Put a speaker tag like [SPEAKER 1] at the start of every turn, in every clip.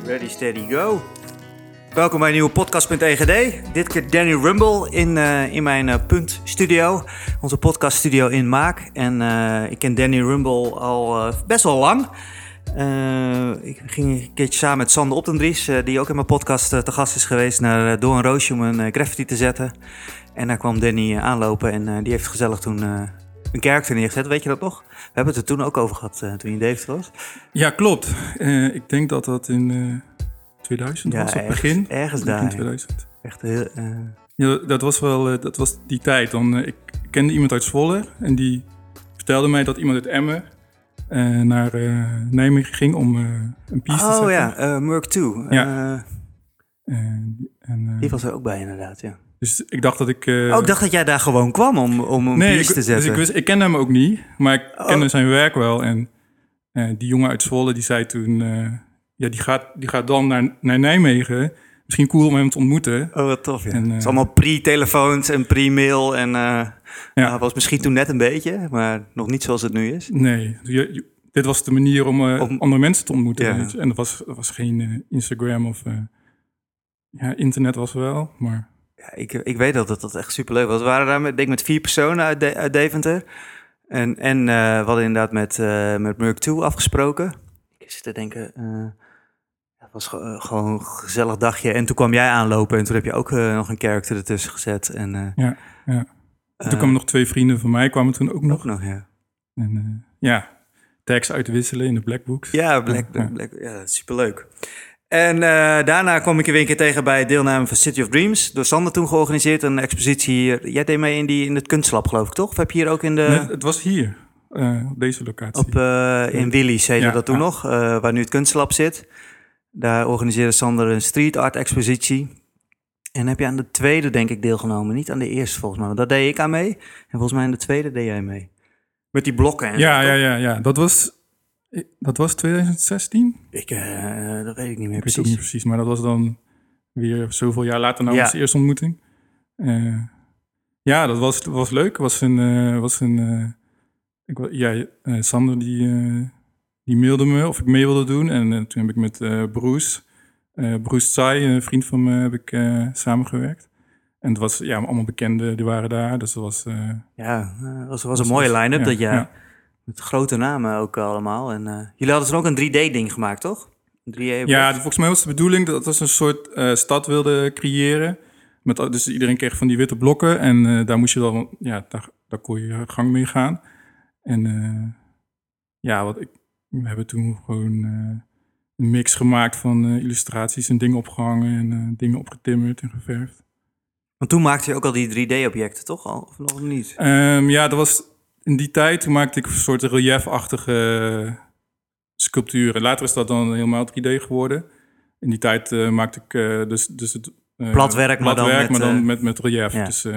[SPEAKER 1] Ready, steady, go. Welkom bij een nieuwe podcast.egd. Dit keer Danny Rumble in mijn Punt studio. Onze podcaststudio in Maak. En ik ken Danny Rumble al best wel lang. Ik ging een keertje samen met Sander Optendries, die ook in mijn podcast te gast is geweest, naar Door een Roosje om een graffiti te zetten. En daar kwam Danny aanlopen en die heeft gezellig toen een character neergezet. Weet je dat nog? We hebben het er toen ook over gehad toen je in Deventer was.
[SPEAKER 2] Ja, klopt. Ik denk dat dat in 2000 was, het begin.
[SPEAKER 1] Ergens
[SPEAKER 2] begin
[SPEAKER 1] daar.
[SPEAKER 2] 2000.
[SPEAKER 1] Echt heel...
[SPEAKER 2] Ja, dat was wel dat was die tijd. Ik kende iemand uit Zwolle en die vertelde mij dat iemand uit Emmen naar Nijmegen ging om een piece te zetten.
[SPEAKER 1] Oh ja, Merc 2.
[SPEAKER 2] Ja.
[SPEAKER 1] Die was er ook bij inderdaad, ja.
[SPEAKER 2] Dus ik dacht dat ik...
[SPEAKER 1] ik dacht dat jij daar gewoon kwam om een piece te zetten.
[SPEAKER 2] Dus ik kende hem ook niet, maar ik kende zijn werk wel. En die jongen uit Zwolle die zei toen... die gaat dan naar Nijmegen. Misschien cool om hem te ontmoeten.
[SPEAKER 1] Oh, wat tof, ja. Het is allemaal pre-telefoons en pre-mail. En was misschien toen net een beetje, maar nog niet zoals het nu is.
[SPEAKER 2] Nee, dit was de manier om andere mensen te ontmoeten.
[SPEAKER 1] Ja.
[SPEAKER 2] Weet je. En er was geen Instagram of... internet was wel, maar...
[SPEAKER 1] Ja, ik weet dat echt superleuk was. We waren daar met 4 personen uit Deventer. En we hadden inderdaad met Merc 2 afgesproken. Ik zit te denken... het was gewoon een gezellig dagje. En toen kwam jij aanlopen en toen heb je ook nog een character ertussen gezet. En,
[SPEAKER 2] ja. Toen kwamen nog 2 vrienden van mij, kwamen toen ook nog.
[SPEAKER 1] Ook nog, ja.
[SPEAKER 2] En tags uitwisselen in de Blackbooks.
[SPEAKER 1] Ja, Black, superleuk. En daarna kwam ik je weer een keer tegen bij deelname van City of Dreams. Door Sander toen georganiseerd, een expositie hier. Jij deed mee in het kunstlab, geloof ik, toch? Of heb je hier ook in de...
[SPEAKER 2] Nee, het was hier, op deze locatie.
[SPEAKER 1] In Willys heette dat toen nog, waar nu het kunstlab zit. Daar organiseerde Sander een street art expositie. En heb je aan de tweede, denk ik, deelgenomen. Niet aan de eerste, volgens mij. Want daar deed ik aan mee. En volgens mij aan de tweede deed jij mee. Met die blokken en zo.
[SPEAKER 2] Ja. Dat was 2016?
[SPEAKER 1] Dat weet ik niet meer
[SPEAKER 2] Ik
[SPEAKER 1] precies.
[SPEAKER 2] weet ook niet precies, maar dat was dan weer zoveel jaar later na onze eerste ontmoeting. Dat was leuk. Sander die mailde me of ik mee wilde doen. En toen heb ik met Bruce Tsai, een vriend van me, heb ik samengewerkt. En het was allemaal bekenden, die waren daar. Dus dat was...
[SPEAKER 1] was een mooie line-up dat jaar. Ja. Met grote namen ook allemaal. En jullie hadden toen ook een 3D-ding gemaakt, toch?
[SPEAKER 2] Volgens mij was de bedoeling dat we een soort stad wilden creëren. Dus iedereen kreeg van die witte blokken. En daar moest je dan... daar kon je gang mee gaan. En we hebben toen gewoon een mix gemaakt van illustraties en dingen opgehangen. En dingen opgetimmerd en geverfd.
[SPEAKER 1] Want toen maakte je ook al die 3D-objecten, toch? Of nog niet?
[SPEAKER 2] Dat was... In die tijd toen maakte ik een soort reliefachtige sculpturen. Later is dat dan helemaal 3D geworden. In die tijd maakte ik dus het...
[SPEAKER 1] Platwerk, maar dan
[SPEAKER 2] met relief. Ja. Dus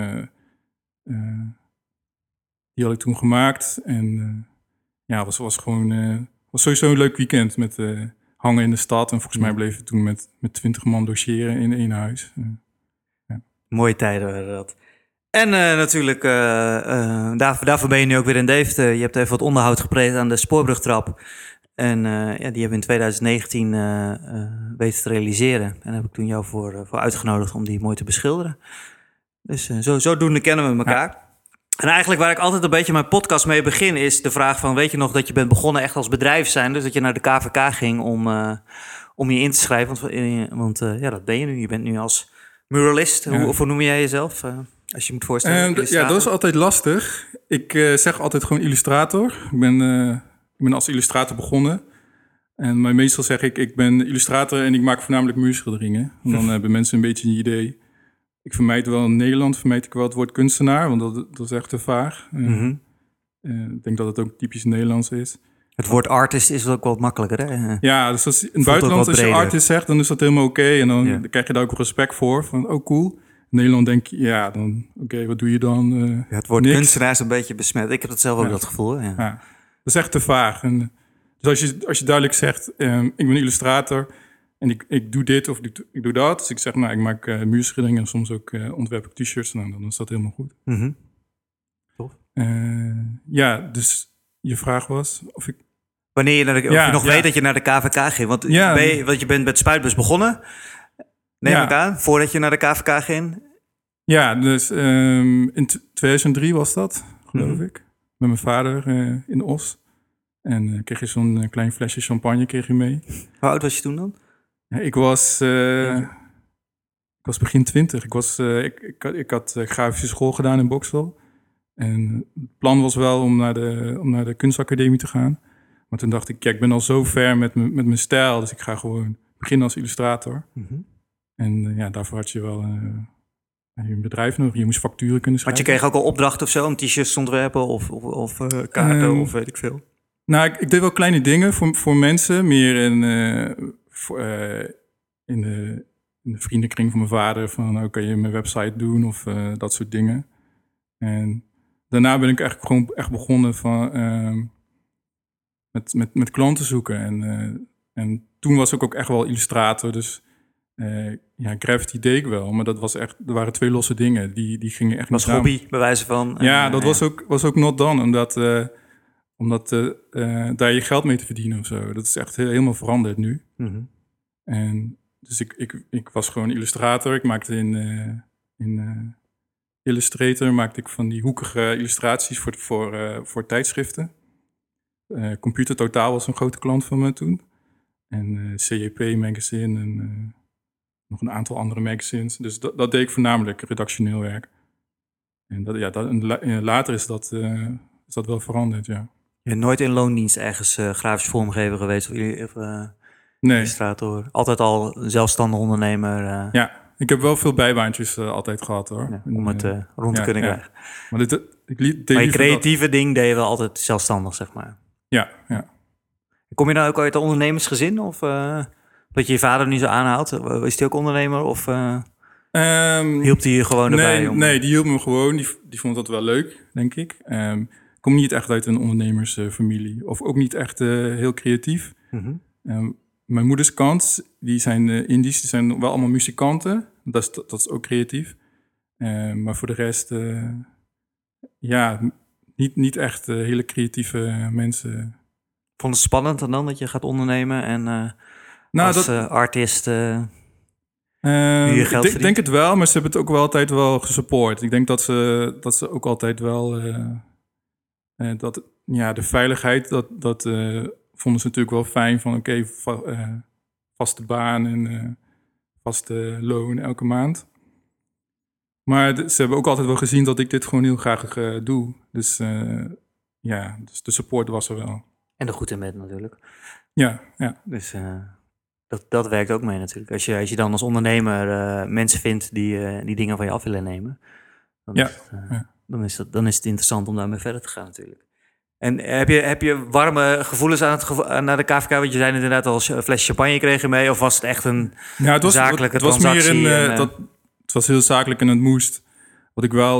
[SPEAKER 2] die had ik toen gemaakt. En was gewoon... was sowieso een leuk weekend met hangen in de stad. En volgens mij bleven we toen met 20 man logeren in 1 huis.
[SPEAKER 1] Mooie tijden waren dat. En natuurlijk, daarvoor ben je nu ook weer in Deventer. Je hebt even wat onderhoud gepleegd aan de spoorbrugtrap. En die hebben we in 2019 weten te realiseren. En daar heb ik toen jou voor uitgenodigd om die mooi te beschilderen. Dus zodoende kennen we elkaar. Ja. En eigenlijk waar ik altijd een beetje mijn podcast mee begin... is de vraag van, weet je nog dat je bent begonnen echt als bedrijf zijn? Dus dat je naar de KVK ging om je in te schrijven. Want dat ben je nu. Je bent nu als muralist. Hoe noem jij jezelf? Als je moet voorstellen.
[SPEAKER 2] Dat is altijd lastig. Ik zeg altijd gewoon illustrator. Ik ben als illustrator begonnen. Maar meestal zeg ik ben illustrator en ik maak voornamelijk muurschilderingen. Dan hebben mensen een beetje een idee. Ik vermijd wel in Nederland het woord kunstenaar, want dat is echt te vaag. Ik denk dat het ook typisch Nederlands is.
[SPEAKER 1] Het woord artist is ook wat makkelijker, hè?
[SPEAKER 2] Ja, dus in het buitenland als je artist zegt, dan is dat helemaal oké. En dan krijg je daar ook respect voor. Van, cool. In Nederland denk je, wat doe je dan?
[SPEAKER 1] Het woord kunstenaar is een beetje besmet. Ik heb dat zelf ook dat gevoel. Ja.
[SPEAKER 2] Ja, dat is echt te vaag. En, dus als je duidelijk zegt, ik ben illustrator en ik doe dit of ik doe dat. Dus ik zeg, ik maak muurschilderingen en soms ook ontwerp ik t-shirts. Dan is dat helemaal goed.
[SPEAKER 1] Mm-hmm. Tof.
[SPEAKER 2] Dus je vraag was of ik...
[SPEAKER 1] Wanneer je, of je nog weet dat je naar de KVK ging. Want, want je bent met Spuitbus begonnen, neem ik aan, voordat je naar de KVK ging.
[SPEAKER 2] Ja, dus in 2003 was dat, geloof ik. Met mijn vader in Os. En kreeg je zo'n klein flesje champagne kreeg je mee.
[SPEAKER 1] Hoe oud was je toen dan?
[SPEAKER 2] Ja, ik was begin 20. Ik had grafische school gedaan in Bokstel. En het plan was wel om naar de kunstacademie te gaan. Maar toen dacht ik, ik ben al zo ver met mijn stijl. Dus ik ga gewoon beginnen als illustrator. En daarvoor had je wel je bedrijf nodig. Je moest facturen kunnen schrijven.
[SPEAKER 1] Want je kreeg ook al opdrachten of zo om t-shirts te ontwerpen of kaarten of weet ik veel?
[SPEAKER 2] Nou, ik deed wel kleine dingen voor mensen. Meer in de vriendenkring van mijn vader. Van, kan je mijn website doen of dat soort dingen. En daarna ben ik eigenlijk gewoon echt begonnen met klanten zoeken. En toen was ik ook echt wel illustrator. Dus graffiti deed ik wel. Maar dat er waren twee losse dingen. Die gingen echt
[SPEAKER 1] was
[SPEAKER 2] niet
[SPEAKER 1] hobby, bij wijze van.
[SPEAKER 2] Ja, dat was ook not done. Omdat daar je geld mee te verdienen of zo. Dat is echt helemaal veranderd nu. En dus ik was gewoon illustrator. Ik maakte in Illustrator maakte ik van die hoekige illustraties voor tijdschriften. Computer Totaal was een grote klant van me toen. En CJP Magazine en nog een aantal andere magazines. Dus dat deed ik voornamelijk, redactioneel werk. En later is dat wel veranderd, ja.
[SPEAKER 1] Je bent nooit in loondienst ergens grafisch vormgever geweest of
[SPEAKER 2] nee.
[SPEAKER 1] Illustrator? Altijd al zelfstandig ondernemer?
[SPEAKER 2] Ja, ik heb wel veel bijbaantjes altijd gehad, hoor.
[SPEAKER 1] Ja, om het rond te kunnen krijgen.
[SPEAKER 2] Maar
[SPEAKER 1] je creatieve ding deed je wel altijd zelfstandig, zeg maar?
[SPEAKER 2] Ja.
[SPEAKER 1] Kom je nou ook uit een ondernemersgezin? Of dat je vader nu zo aanhaalt? Is die ook ondernemer? Of hielp die je gewoon erbij?
[SPEAKER 2] Nee, die hielp me gewoon. Die vond dat wel leuk, denk ik. Ik kom niet echt uit een ondernemersfamilie. Of ook niet echt heel creatief. Mijn moeders kant, die zijn Indisch. Die zijn wel allemaal muzikanten. Dat is ook creatief. Maar voor de rest, niet echt hele creatieve mensen.
[SPEAKER 1] Vond het spannend dan dat je gaat ondernemen en als artiest je geld verdient?
[SPEAKER 2] Ik denk het wel, maar ze hebben het ook wel altijd wel gesupport. Ik denk dat ze ook altijd wel de veiligheid, dat vonden ze natuurlijk wel fijn van vaste baan en vaste loon elke maand. Maar ze hebben ook altijd wel gezien dat ik dit gewoon heel graag doe. Dus dus de support was er wel.
[SPEAKER 1] En er goed in bent natuurlijk.
[SPEAKER 2] Ja.
[SPEAKER 1] Dus dat werkt ook mee natuurlijk. Als je dan als ondernemer mensen vindt die dingen van je af willen nemen, dan is het interessant om daarmee verder te gaan natuurlijk. En heb je warme gevoelens naar de KVK? Want je zei inderdaad al, een flesje champagne kreeg je mee. Of was het echt een zakelijke transactie?
[SPEAKER 2] Het was heel zakelijk en het moest. Wat ik wel...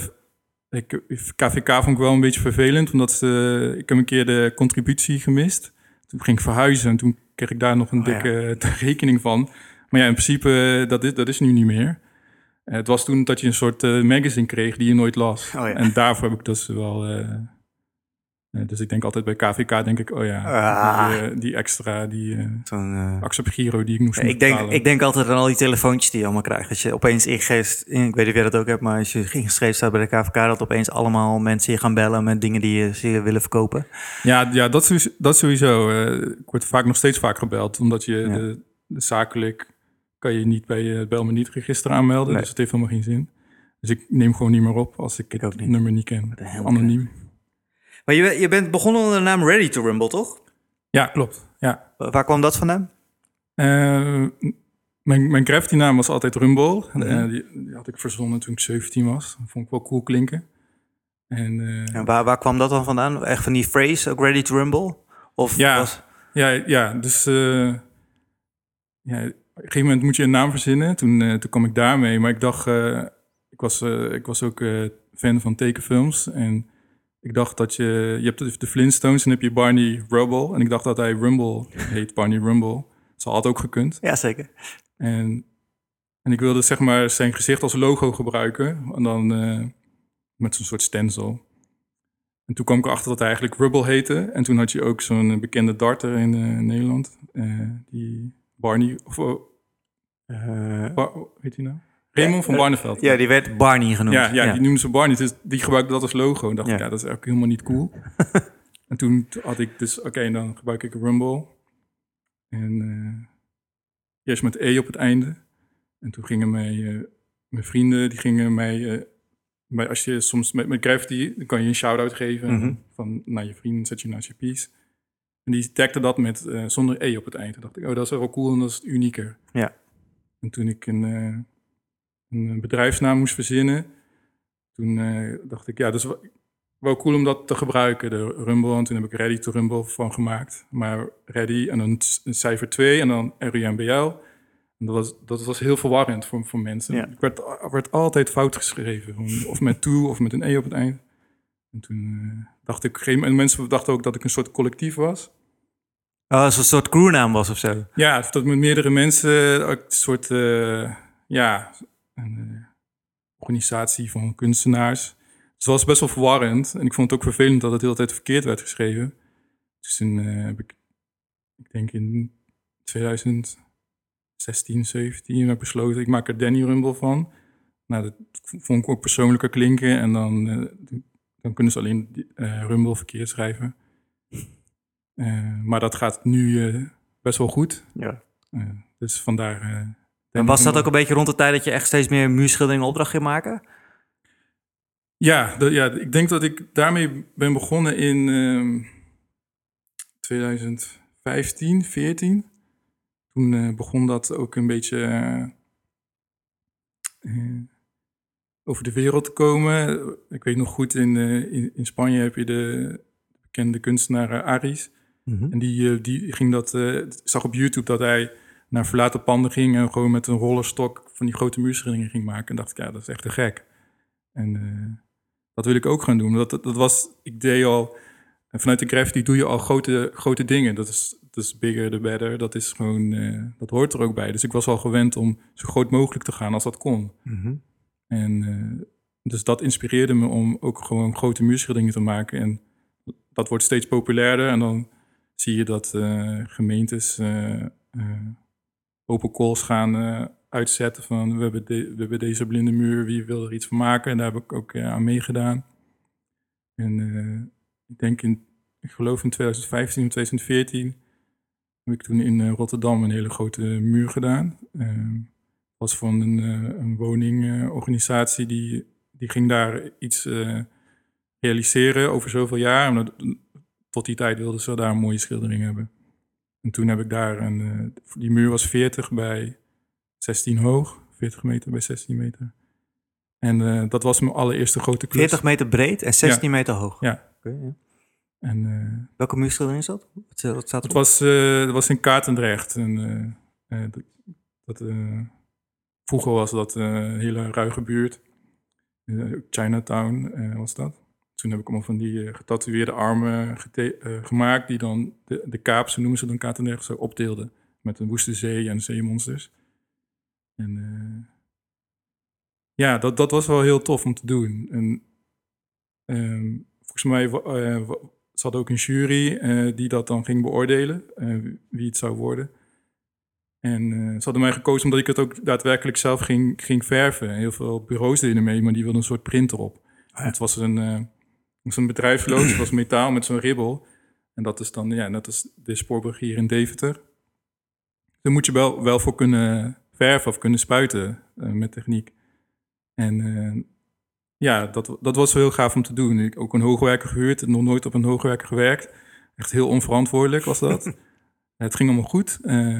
[SPEAKER 2] KVK vond ik wel een beetje vervelend. Omdat ik heb een keer de contributie gemist. Toen ging ik verhuizen en toen kreeg ik daar nog een dikke rekening van. Maar ja, in principe, dat is nu niet meer. Het was toen dat je een soort magazine kreeg die je nooit las. En daarvoor heb ik dus wel... dus ik denk altijd bij KVK, denk ik, die extra, Accept Giro die ik moest betalen.
[SPEAKER 1] Ik denk altijd aan al die telefoontjes die je allemaal krijgt. Dat je opeens ingeeft, ik weet niet of jij dat ook hebt, maar als je ingeschreven staat bij de KVK, dat opeens allemaal mensen je gaan bellen met dingen die ze willen verkopen.
[SPEAKER 2] Ja, dat sowieso. Ik word nog steeds vaak gebeld, omdat je de zakelijk kan je niet bij het Bel me niet register aanmelden. Nee. Dus het heeft helemaal geen zin. Dus ik neem gewoon niet meer op als ik het nummer niet ken. Anoniem.
[SPEAKER 1] Maar je bent begonnen onder de naam Ready to Rumble, toch?
[SPEAKER 2] Ja, klopt. Ja.
[SPEAKER 1] Waar kwam dat vandaan?
[SPEAKER 2] Mijn graffiti-naam was altijd Rumble. Die had ik verzonnen toen ik 17 was. Dat vond ik wel cool klinken.
[SPEAKER 1] En waar kwam dat dan vandaan? Echt van die phrase, ook Ready to Rumble? Of
[SPEAKER 2] dus... op een gegeven moment moet je een naam verzinnen. Toen kwam ik daarmee. Maar ik dacht... ik was ook fan van tekenfilms. En ik dacht dat je hebt de Flintstones en heb je Barney Rubble. En ik dacht dat hij Rumble heet, Barney Rumble. Dat had ook gekund.
[SPEAKER 1] Ja, zeker.
[SPEAKER 2] En ik wilde zeg maar zijn gezicht als logo gebruiken. En dan met zo'n soort stencil. En toen kwam ik erachter dat hij eigenlijk Rubble heette. En toen had je ook zo'n bekende darter in Nederland. Die Barney, of hoe heet hij nou? Raymond van Barneveld.
[SPEAKER 1] Ja, die werd Barney genoemd.
[SPEAKER 2] Ja, die noemden ze Barney. Dus die gebruikte dat als logo. En dacht ik, dat is eigenlijk helemaal niet cool. En toen had ik dus, dan gebruik ik Rumble. En eerst met E op het einde. En toen gingen mijn vrienden, die gingen mij... maar als je soms met Gravity, dan kan je een shout-out geven.
[SPEAKER 1] Mhm.
[SPEAKER 2] Van naar je vrienden, zet je naast je piece. En die tagde dat met zonder E op het eind. Toen dacht ik, dat is wel cool en dat is unieker.
[SPEAKER 1] Ja.
[SPEAKER 2] En toen ik een bedrijfsnaam moest verzinnen, toen dacht ik, dat is wel cool om dat te gebruiken, de Rumble. En toen heb ik Ready to Rumble van gemaakt. Maar Ready en dan een cijfer 2 en dan RUMBL. En dat was heel verwarrend voor mensen.
[SPEAKER 1] Ja.
[SPEAKER 2] Ik werd altijd fout geschreven. Of met to of met een E op het eind. En toen dacht ik, en mensen dachten ook dat ik een soort collectief was.
[SPEAKER 1] Als het een soort crewnaam was of zo.
[SPEAKER 2] Ja, dat met meerdere mensen een soort een organisatie van kunstenaars. Dus het was best wel verwarrend. En ik vond het ook vervelend dat het de hele tijd verkeerd werd geschreven. Dus toen heb ik denk in 2016, 17 heb besloten, ik maak er Danny Rumble van. Nou, dat vond ik ook persoonlijker klinken. En dan kunnen ze alleen Rumble verkeerd schrijven. Maar dat gaat nu best wel goed.
[SPEAKER 1] Ja.
[SPEAKER 2] Dus vandaar...
[SPEAKER 1] En was dat ook een beetje rond de tijd dat je echt steeds meer muurschilderingen opdracht ging maken?
[SPEAKER 2] Ja, ik denk dat ik daarmee ben begonnen in 2015, 14. Toen begon dat ook een beetje over de wereld te komen. Ik weet nog goed, in Spanje heb je de bekende kunstenaar Aris.
[SPEAKER 1] Mm-hmm.
[SPEAKER 2] En die ging zag op YouTube dat hij naar verlaten panden ging en gewoon met een rollerstok van die grote muurschilderingen ging maken. En dacht ik, dat is echt te gek. En dat wil ik ook gaan doen. Ik deed al, vanuit de graffiti doe je al grote dingen. Dat is bigger the better. Dat is gewoon, dat hoort er ook bij. Dus ik was al gewend om zo groot mogelijk te gaan als dat kon.
[SPEAKER 1] Mm-hmm.
[SPEAKER 2] En dus dat inspireerde me om ook gewoon grote muurschilderingen te maken. En dat wordt steeds populairder. En dan zie je dat gemeentes open calls gaan uitzetten van we hebben deze blinde muur, wie wil er iets van maken? En daar heb ik ook aan meegedaan. En ik geloof in 2015 of 2014 heb ik toen in Rotterdam een hele grote muur gedaan. Was van een woningorganisatie die ging daar iets realiseren over zoveel jaar. En tot die tijd wilden ze daar een mooie schildering hebben. En toen heb ik daar die muur was 40 bij 16 hoog. 40 meter bij 16 meter. En dat was mijn allereerste grote klus.
[SPEAKER 1] 40 meter breed en 16 meter hoog.
[SPEAKER 2] Ja.
[SPEAKER 1] Okay, ja.
[SPEAKER 2] En
[SPEAKER 1] welke muurschildering is dat? Wat staat
[SPEAKER 2] erop? Het was in Katendrecht. En vroeger was dat een hele ruige buurt. Chinatown was dat. Toen heb ik allemaal van die getatoeëerde armen gemaakt, die dan de kaap, zo noemen ze dan Katendrecht, zo opdeelden. Met een woeste zee en zeemonsters. En dat was wel heel tof om te doen. En volgens mij, ze hadden ook een jury die dat dan ging beoordelen, wie het zou worden. En ze hadden mij gekozen omdat ik het ook daadwerkelijk zelf ging verven. Heel veel bureaus deden mee, maar die wilden een soort print erop. Ja. Het was een bedrijfsloods, het was metaal met zo'n ribbel. En dat is dan, net als de spoorbrug hier in Deventer. Daar moet je wel voor kunnen verven of kunnen spuiten met techniek. En dat was wel heel gaaf om te doen. Ik heb ook een hoogwerker gehuurd, nog nooit op een hoogwerker gewerkt. Echt heel onverantwoordelijk was dat. Het ging allemaal goed.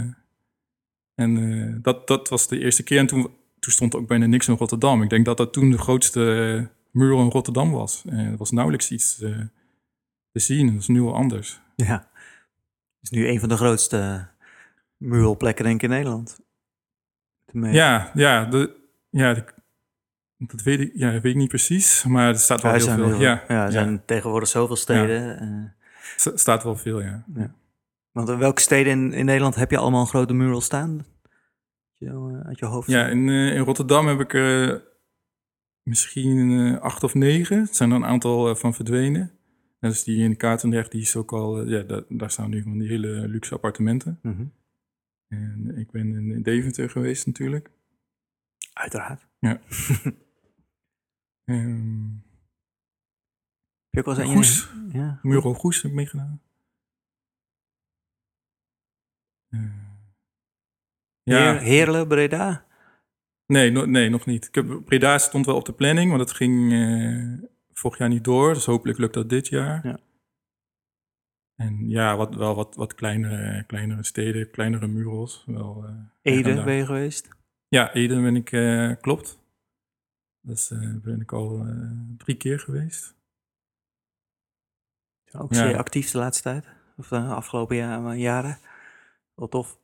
[SPEAKER 2] Dat was de eerste keer. En toen stond er ook bijna niks in Rotterdam. Ik denk dat dat toen de grootste mural in Rotterdam was. Er was nauwelijks iets te zien. Dat is nu al anders.
[SPEAKER 1] Ja, het is nu een van de grootste muralplekken denk ik in Nederland.
[SPEAKER 2] Dat weet ik niet precies. Maar er staat wel heel veel.
[SPEAKER 1] Er zijn tegenwoordig zoveel steden.
[SPEAKER 2] Staat wel veel, ja.
[SPEAKER 1] Want in welke steden in Nederland heb je allemaal een grote mural staan? Uit je hoofd?
[SPEAKER 2] Ja, in Rotterdam heb ik misschien 8 of 9. Het zijn er een aantal van verdwenen. Net als die in Katendrecht, die is ook al... daar staan nu van die hele luxe appartementen.
[SPEAKER 1] Mhm.
[SPEAKER 2] En ik ben in Deventer geweest natuurlijk.
[SPEAKER 1] Uiteraard.
[SPEAKER 2] Ja.
[SPEAKER 1] Heb je ook wel eens
[SPEAKER 2] Goes.
[SPEAKER 1] Ja.
[SPEAKER 2] Muro Goes heb ik meegedaan.
[SPEAKER 1] Heerlen, Breda?
[SPEAKER 2] Nee, nog niet. Breda stond wel op de planning, maar dat ging vorig jaar niet door. Dus hopelijk lukt dat dit jaar.
[SPEAKER 1] Ja.
[SPEAKER 2] En ja, wat kleinere steden, kleinere murals. Wel,
[SPEAKER 1] Ede ben je geweest?
[SPEAKER 2] Ja, Ede ben ik, klopt. Dus ben ik al 3 keer geweest.
[SPEAKER 1] Ook zeer actief de laatste tijd? Of de afgelopen jaren? Wel tof.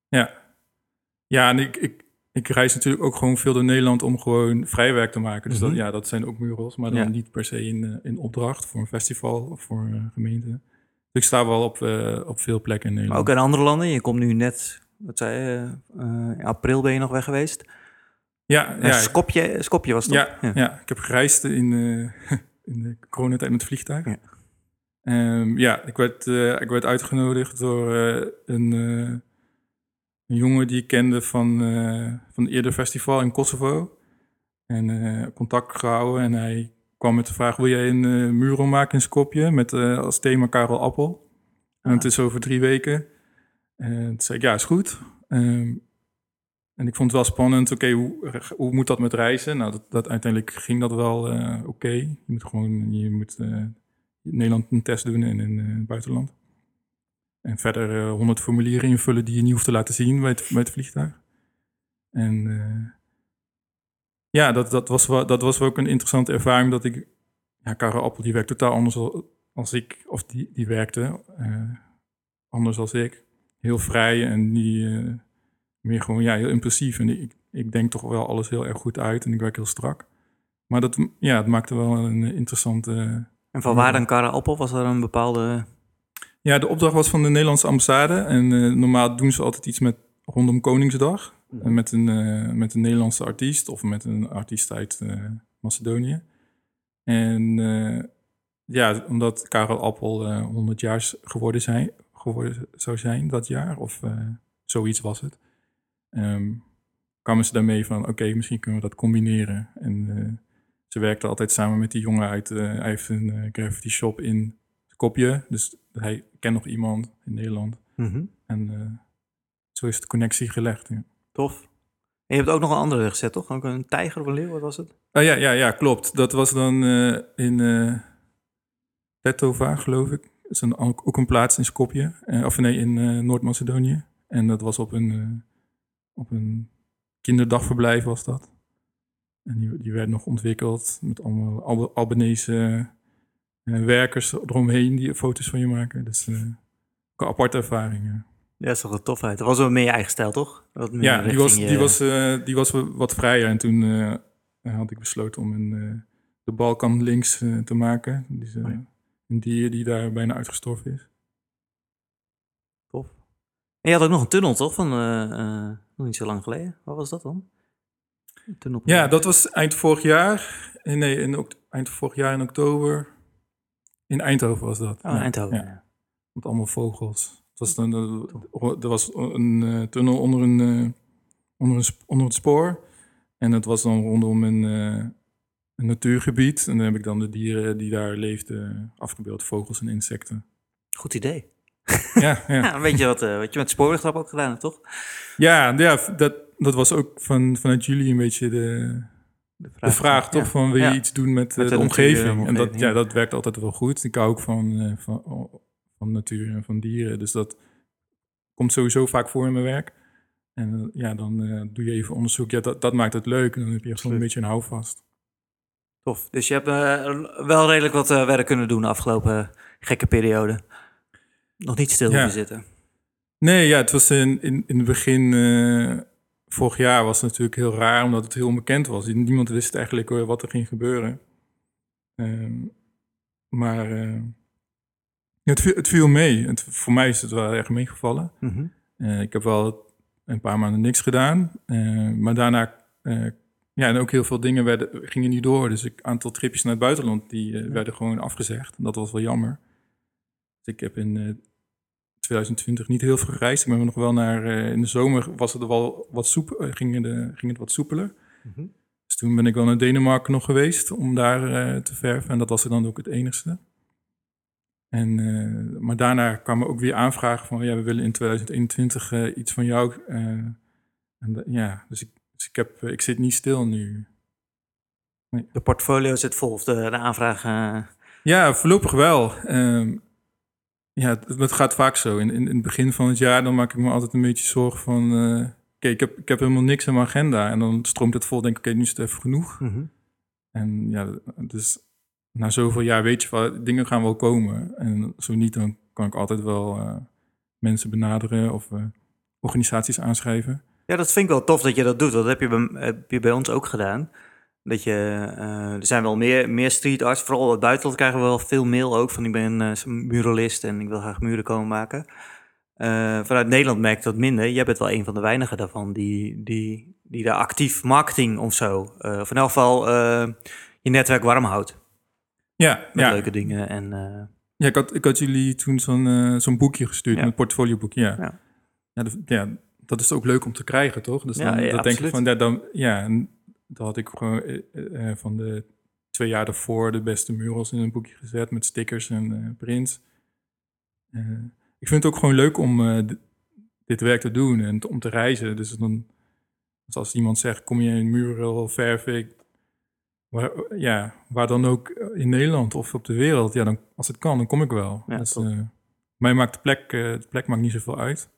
[SPEAKER 2] Ja, en ik reis natuurlijk ook gewoon veel door Nederland om gewoon vrijwerk te maken. Dus dat zijn ook murals, maar dan niet per se in opdracht voor een festival of voor een gemeente. Dus ik sta wel op veel plekken in Nederland.
[SPEAKER 1] Maar ook in andere landen? Je komt nu net, wat zei je, in april ben je nog weg geweest?
[SPEAKER 2] Ja.
[SPEAKER 1] Skopje was het toch?
[SPEAKER 2] Ja, ik heb gereisd in de coronatijd met het vliegtuig. Ja. Ik werd uitgenodigd door een jongen die ik kende van een eerder festival in Kosovo. En contact gehouden. En hij kwam met de vraag, wil jij een mural maken in Skopje met als thema Karel Appel? En het is over 3 weken. En toen zei ik, ja, is goed. En ik vond het wel spannend. Oké, hoe moet dat met reizen? Nou, dat uiteindelijk ging dat wel oké. Je moet in Nederland een test doen en in het buitenland. En verder 100 formulieren invullen die je niet hoeft te laten zien bij het vliegtuig. En dat was wel ook een interessante ervaring. Dat ik, Karel Appel, die werkt totaal anders als ik. Of die werkte anders als ik. Heel vrij en die meer gewoon heel impulsief. En ik denk toch wel alles heel erg goed uit en ik werk heel strak. Maar het maakte wel een interessante...
[SPEAKER 1] En van waar dan Karel Appel? Was er een bepaalde...
[SPEAKER 2] Ja, de opdracht was van de Nederlandse ambassade. En normaal doen ze altijd iets rondom Koningsdag. Met een Nederlandse artiest of met een artiest uit Macedonië. En omdat Karel Appel 100 jaar geworden zou zijn dat jaar, of zoiets was het, kwamen ze daarmee van, oké, misschien kunnen we dat combineren. En ze werkte altijd samen met die jongen hij heeft een graffiti shop in Skopje, dus hij kent nog iemand in Nederland. En zo is de connectie gelegd. Ja.
[SPEAKER 1] Tof. En je hebt ook nog een andere gezet, toch? Ook een tijger of een leeuw, wat was het?
[SPEAKER 2] Ja, klopt. Dat was dan in Tetova, geloof ik. Dat is ook een plaats in Skopje. In Noord-Macedonië. En dat was op een kinderdagverblijf was dat. En die werd nog ontwikkeld met allemaal Albanese werkers eromheen die foto's van je maken. Dus ook een aparte ervaring. Ja.
[SPEAKER 1] Ja, dat is toch een tofheid. Dat was wel meer je eigen stijl, toch?
[SPEAKER 2] Die was wat vrijer. En toen had ik besloten om de Balkan links te maken. Een dier die daar bijna uitgestorven is.
[SPEAKER 1] Tof. En je had ook nog een tunnel, toch? Van nog niet zo lang geleden. Wat was dat dan?
[SPEAKER 2] Ja, dat was eind vorig jaar. Eind vorig jaar in oktober. In Eindhoven was dat.
[SPEAKER 1] Eindhoven.
[SPEAKER 2] Ja. Met allemaal vogels. Er was een tunnel onder het spoor. En dat was dan rondom een natuurgebied. En dan heb ik dan de dieren die daar leefden afgebeeld. Vogels en insecten.
[SPEAKER 1] Goed idee.
[SPEAKER 2] Ja.
[SPEAKER 1] Weet je wat je met spoorwegtrap ook gedaan hebt, toch?
[SPEAKER 2] Ja, dat was ook vanuit jullie een beetje de vraag toch? Van wil je iets doen met de omgeving? En dat werkt altijd wel goed. Ik hou ook van natuur en van dieren. Dus dat komt sowieso vaak voor in mijn werk. En dan doe je even onderzoek. Ja, dat maakt het leuk. En dan heb je gewoon een beetje een houvast.
[SPEAKER 1] Tof. Dus je hebt wel redelijk wat werk kunnen doen de afgelopen gekke periode. Nog niet stil hoeven zitten.
[SPEAKER 2] Nee, het was in het begin... vorig jaar was het natuurlijk heel raar, omdat het heel onbekend was. Niemand wist eigenlijk wat er ging gebeuren. Maar het viel mee. Voor mij is het wel erg meegevallen. Ik heb wel een paar maanden niks gedaan. Maar daarna en ook heel veel dingen gingen niet door. Dus een aantal tripjes naar het buitenland, die werden gewoon afgezegd. En dat was wel jammer. Dus ik heb in 2020 niet heel veel gereisd. Ik ben nog wel in de zomer was het er wel ging het wat soepeler.
[SPEAKER 1] Mm-hmm.
[SPEAKER 2] Dus toen ben ik wel naar Denemarken nog geweest om daar te verven. En dat was er dan ook het enigste. Maar daarna kwamen ook weer aanvragen van... we willen in 2021 iets van jou. Dus ik zit niet stil nu.
[SPEAKER 1] Nee. De portfolio zit vol, of de aanvragen...
[SPEAKER 2] Ja, voorlopig wel. Het gaat vaak zo. In het begin van het jaar dan maak ik me altijd een beetje zorgen van... ik heb helemaal niks in mijn agenda. En dan stroomt het vol, denk ik, nu is het even genoeg.
[SPEAKER 1] Mm-hmm.
[SPEAKER 2] En dus na zoveel jaar weet je wel, dingen gaan wel komen. En zo niet, dan kan ik altijd wel mensen benaderen of organisaties aanschrijven.
[SPEAKER 1] Ja, dat vind ik wel tof dat je dat doet. Dat heb je bij ons ook gedaan. Dat je, er zijn wel meer street arts. Vooral in het buitenland krijgen we wel veel mail ook. Van ik ben muralist en ik wil graag muren komen maken. Vanuit Nederland merk ik dat minder. Jij bent wel een van de weinigen daarvan die daar actief marketing of zo. Of in elk geval je netwerk warm houdt.
[SPEAKER 2] Ja,
[SPEAKER 1] met leuke dingen. En,
[SPEAKER 2] ja, ik had jullie toen zo'n boekje gestuurd, een portfolioboekje. Dat is ook leuk om te krijgen, toch? Dus dan denk ik van, en dan had ik gewoon van de 2 jaar daarvoor de beste murals in een boekje gezet met stickers en prints. Ik vind het ook gewoon leuk om dit werk te doen en om te reizen. Dus dan, als iemand zegt, kom je een mural verven, waar dan ook in Nederland of op de wereld, dan, als het kan, dan kom ik wel.
[SPEAKER 1] Ja,
[SPEAKER 2] dus, mij maakt de plek maakt niet zoveel uit.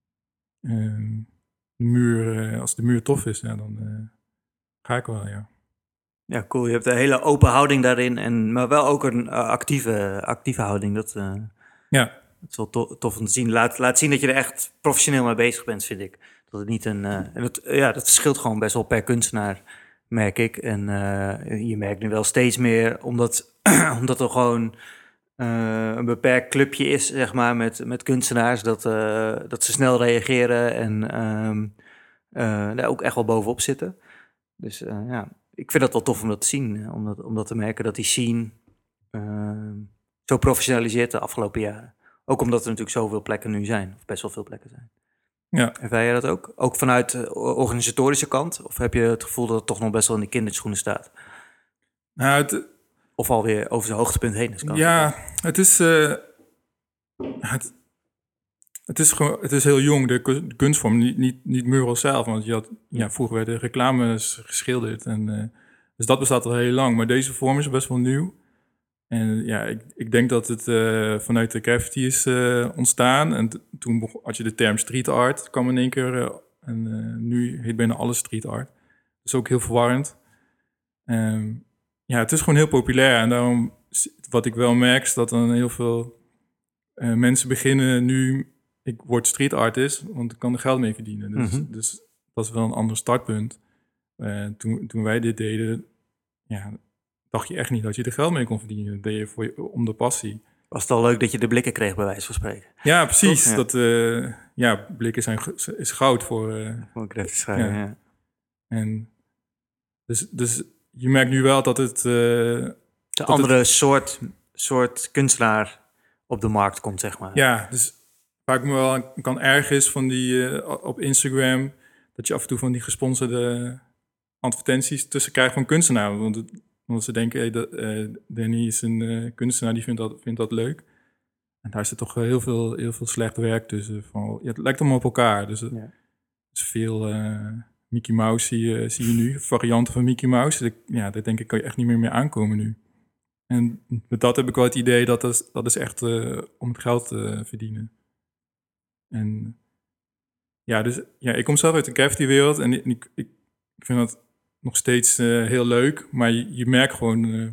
[SPEAKER 2] Als de muur tof is, dan ga ik wel, ja.
[SPEAKER 1] Ja, cool. Je hebt een hele open houding daarin, maar wel ook een actieve houding. Dat is wel tof om te zien. Laat zien dat je er echt professioneel mee bezig bent, vind ik. Dat het niet dat verschilt gewoon best wel per kunstenaar, merk ik. En je merkt nu wel steeds meer, omdat er gewoon een beperkt clubje is, zeg maar, met kunstenaars, dat ze snel reageren en daar ook echt wel bovenop zitten. Dus ik vind dat wel tof om dat te zien, om dat te merken, dat die scene zo professionaliseert de afgelopen jaren. Ook omdat er natuurlijk zoveel plekken nu zijn, of best wel veel plekken zijn.
[SPEAKER 2] Ja.
[SPEAKER 1] Ervaar jij dat ook? Ook vanuit de organisatorische kant? Of heb je het gevoel dat het toch nog best wel in de kinderschoenen staat?
[SPEAKER 2] Nou,
[SPEAKER 1] of alweer over zijn hoogtepunt heen is?
[SPEAKER 2] Het is heel jong, de kunstvorm, niet mural zelf. Want vroeger werden reclames geschilderd. Dus dat bestaat al heel lang. Maar deze vorm is best wel nieuw. En ik denk dat het vanuit de graffiti is ontstaan. En toen had je de term street art, kwam in één keer. Nu heet bijna alles street art. Dat is ook heel verwarrend. Het is gewoon heel populair. En daarom, wat ik wel merk, is dat dan heel veel mensen beginnen nu... Ik word street artist, want ik kan er geld mee verdienen. Dus dat is wel een ander startpunt. Toen wij dit deden, dacht je echt niet dat je er geld mee kon verdienen. Dat deed je om de passie.
[SPEAKER 1] Was het al leuk dat je de blikken kreeg, bij wijze van spreken?
[SPEAKER 2] Ja, precies. Blikken is goud voor
[SPEAKER 1] een graffiti schrijven, ja.
[SPEAKER 2] En dus je merkt nu wel dat het...
[SPEAKER 1] een andere soort kunstenaar op de markt komt, zeg maar.
[SPEAKER 2] Ja, dus waar ik me wel kan ergeren van die op Instagram, dat je af en toe van die gesponsorde advertenties tussen krijgt van kunstenaars. Want ze denken, Danny is een kunstenaar, die vindt dat leuk. En daar zit toch heel veel slecht werk tussen. Het lijkt allemaal op elkaar. Dus is veel Mickey Mouse zie je nu, varianten van Mickey Mouse. Daar denk ik kan je echt niet meer mee aankomen nu. En met dat heb ik wel het idee dat is echt om het geld te verdienen. En ik kom zelf uit de graffiti-wereld en ik vind dat nog steeds heel leuk. Maar je merkt gewoon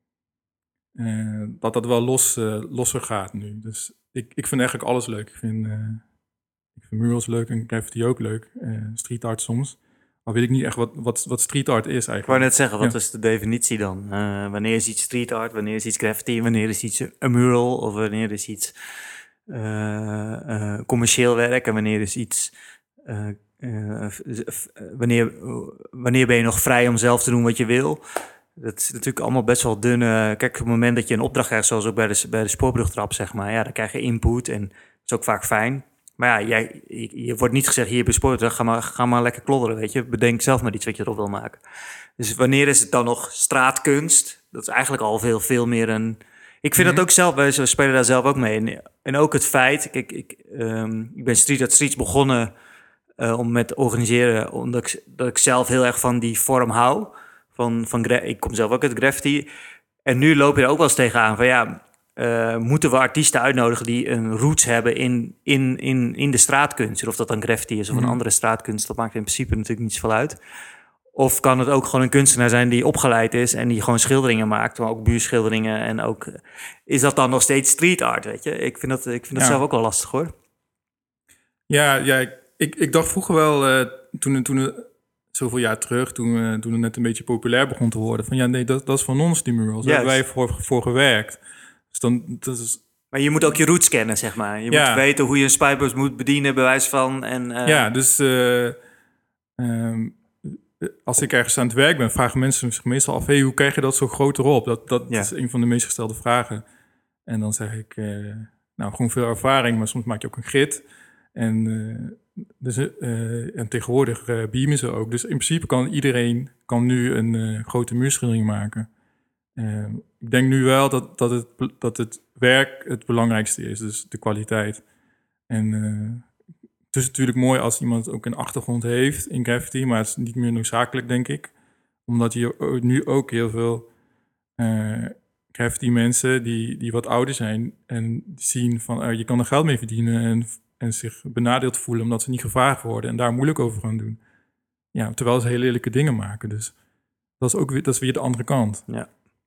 [SPEAKER 2] dat wel losser gaat nu. Dus ik vind eigenlijk alles leuk. Ik vind murals leuk en graffiti ook leuk. Street art soms. Maar weet ik niet echt wat street art is eigenlijk.
[SPEAKER 1] Ik wou net zeggen, wat is de definitie dan? Wanneer is iets street art, wanneer is iets graffiti, wanneer is iets een mural of wanneer is iets commercieel werk en wanneer is iets wanneer ben je nog vrij om zelf te doen wat je wil? Dat is natuurlijk allemaal best wel dun. Kijk, op het moment dat je een opdracht krijgt, zoals ook bij de spoorbrugtrap, zeg maar, ja, dan krijg je input en dat is ook vaak fijn. Maar ja, je wordt niet gezegd, hier bij spoorbrug, ga maar lekker klodderen, weet je. Bedenk zelf maar iets wat je erop wil maken. Dus wanneer is het dan nog straatkunst? Dat is eigenlijk al veel meer een... Ik vind dat ook zelf, we spelen daar zelf ook mee. En ook het feit, kijk, ik ben Streets begonnen om met organiseren, omdat ik zelf heel erg van die vorm hou. Ik kom zelf ook uit graffiti. En nu loop je er ook wel eens tegenaan van ja, moeten we artiesten uitnodigen die een roots hebben in de straatkunst. Of dat dan graffiti is of een andere straatkunst, dat maakt in principe natuurlijk niet zoveel uit. Of kan het ook gewoon een kunstenaar zijn die opgeleid is en die gewoon schilderingen maakt, maar ook buurschilderingen. En ook, is dat dan nog steeds street art, weet je? Ik vind dat zelf ook wel lastig, hoor.
[SPEAKER 2] Ja, ik dacht vroeger wel, toen zoveel jaar terug, toen het net een beetje populair begon te worden, van ja, nee, dat is van ons, die murals. Daar hebben wij voor gewerkt. Dus dat is...
[SPEAKER 1] Maar je moet ook je roots kennen, zeg maar. Je moet weten hoe je een spuitbus moet bedienen, bij wijze van.
[SPEAKER 2] Ja, dus als ik ergens aan het werk ben, vragen mensen zich meestal af, hoe krijg je dat zo groot erop? Dat is een van de meest gestelde vragen. En dan zeg ik, gewoon veel ervaring, maar soms maak je ook een grid. En tegenwoordig beamen ze ook. Dus in principe kan iedereen nu een grote muurschildering maken. Ik denk nu wel dat het werk het belangrijkste is, dus de kwaliteit. En het is natuurlijk mooi als iemand ook een achtergrond heeft in graffiti, maar het is niet meer noodzakelijk, denk ik. Omdat je nu ook heel veel graffiti mensen die wat ouder zijn en zien van je kan er geld mee verdienen en zich benadeeld voelen omdat ze niet gevraagd worden en daar moeilijk over gaan doen. Ja, terwijl ze hele lelijke dingen maken. Dus dat is weer de andere kant.
[SPEAKER 1] Ja.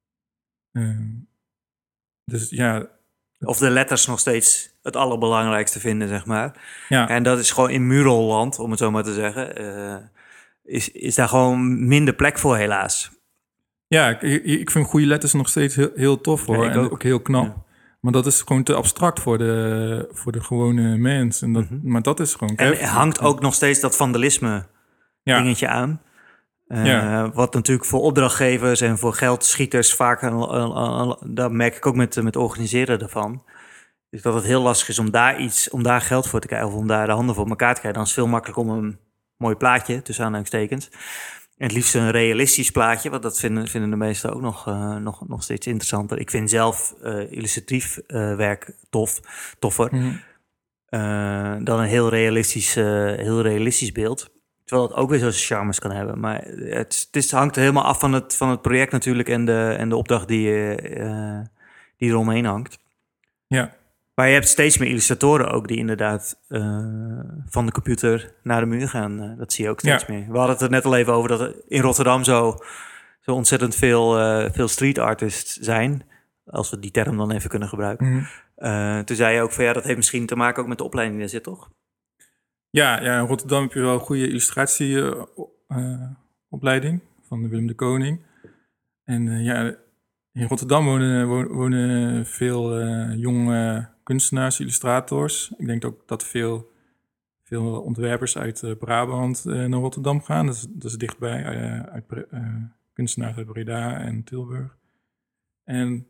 [SPEAKER 2] Dus ja.
[SPEAKER 1] Of de letters nog steeds het allerbelangrijkste vinden, zeg maar.
[SPEAKER 2] Ja.
[SPEAKER 1] En dat is gewoon in muralland, om het zo maar te zeggen, is daar gewoon minder plek voor, helaas.
[SPEAKER 2] Ja, ik vind goede letters nog steeds heel tof, hoor. Ja, en ook heel knap. Ja. Maar dat is gewoon te abstract voor de gewone mens. En maar dat is gewoon...
[SPEAKER 1] En er hangt ook nog steeds dat vandalisme dingetje aan. Wat natuurlijk voor opdrachtgevers en voor geldschieters vaak... daar merk ik ook met organiseren ervan. Dus dat het heel lastig is om daar geld voor te krijgen... of om daar de handen voor elkaar te krijgen. Dan is het veel makkelijker om een mooi plaatje, tussen aanhalingstekens... En het liefst een realistisch plaatje, want dat vinden de meesten ook nog steeds interessanter. Ik vind zelf illustratief werk toffer dan een heel realistisch beeld. Terwijl het ook weer zo'n charmes kan hebben. Maar het hangt helemaal af van het project natuurlijk en de opdracht die eromheen hangt.
[SPEAKER 2] Ja.
[SPEAKER 1] Maar je hebt steeds meer illustratoren ook die inderdaad van de computer naar de muur gaan. Dat zie je ook steeds meer. We hadden het er net al even over dat er in Rotterdam zo ontzettend veel street artists zijn. Als we die term dan even kunnen gebruiken. Toen zei je ook van dat heeft misschien te maken ook met de opleiding die er zit, toch?
[SPEAKER 2] Ja, in Rotterdam heb je wel een goede illustratieopleiding van de Willem de Koning. En in Rotterdam wonen veel jonge kunstenaars, illustrators. Ik denk ook dat veel ontwerpers uit Brabant naar Rotterdam gaan. Dat is dichtbij, kunstenaars uit Breda en Tilburg. En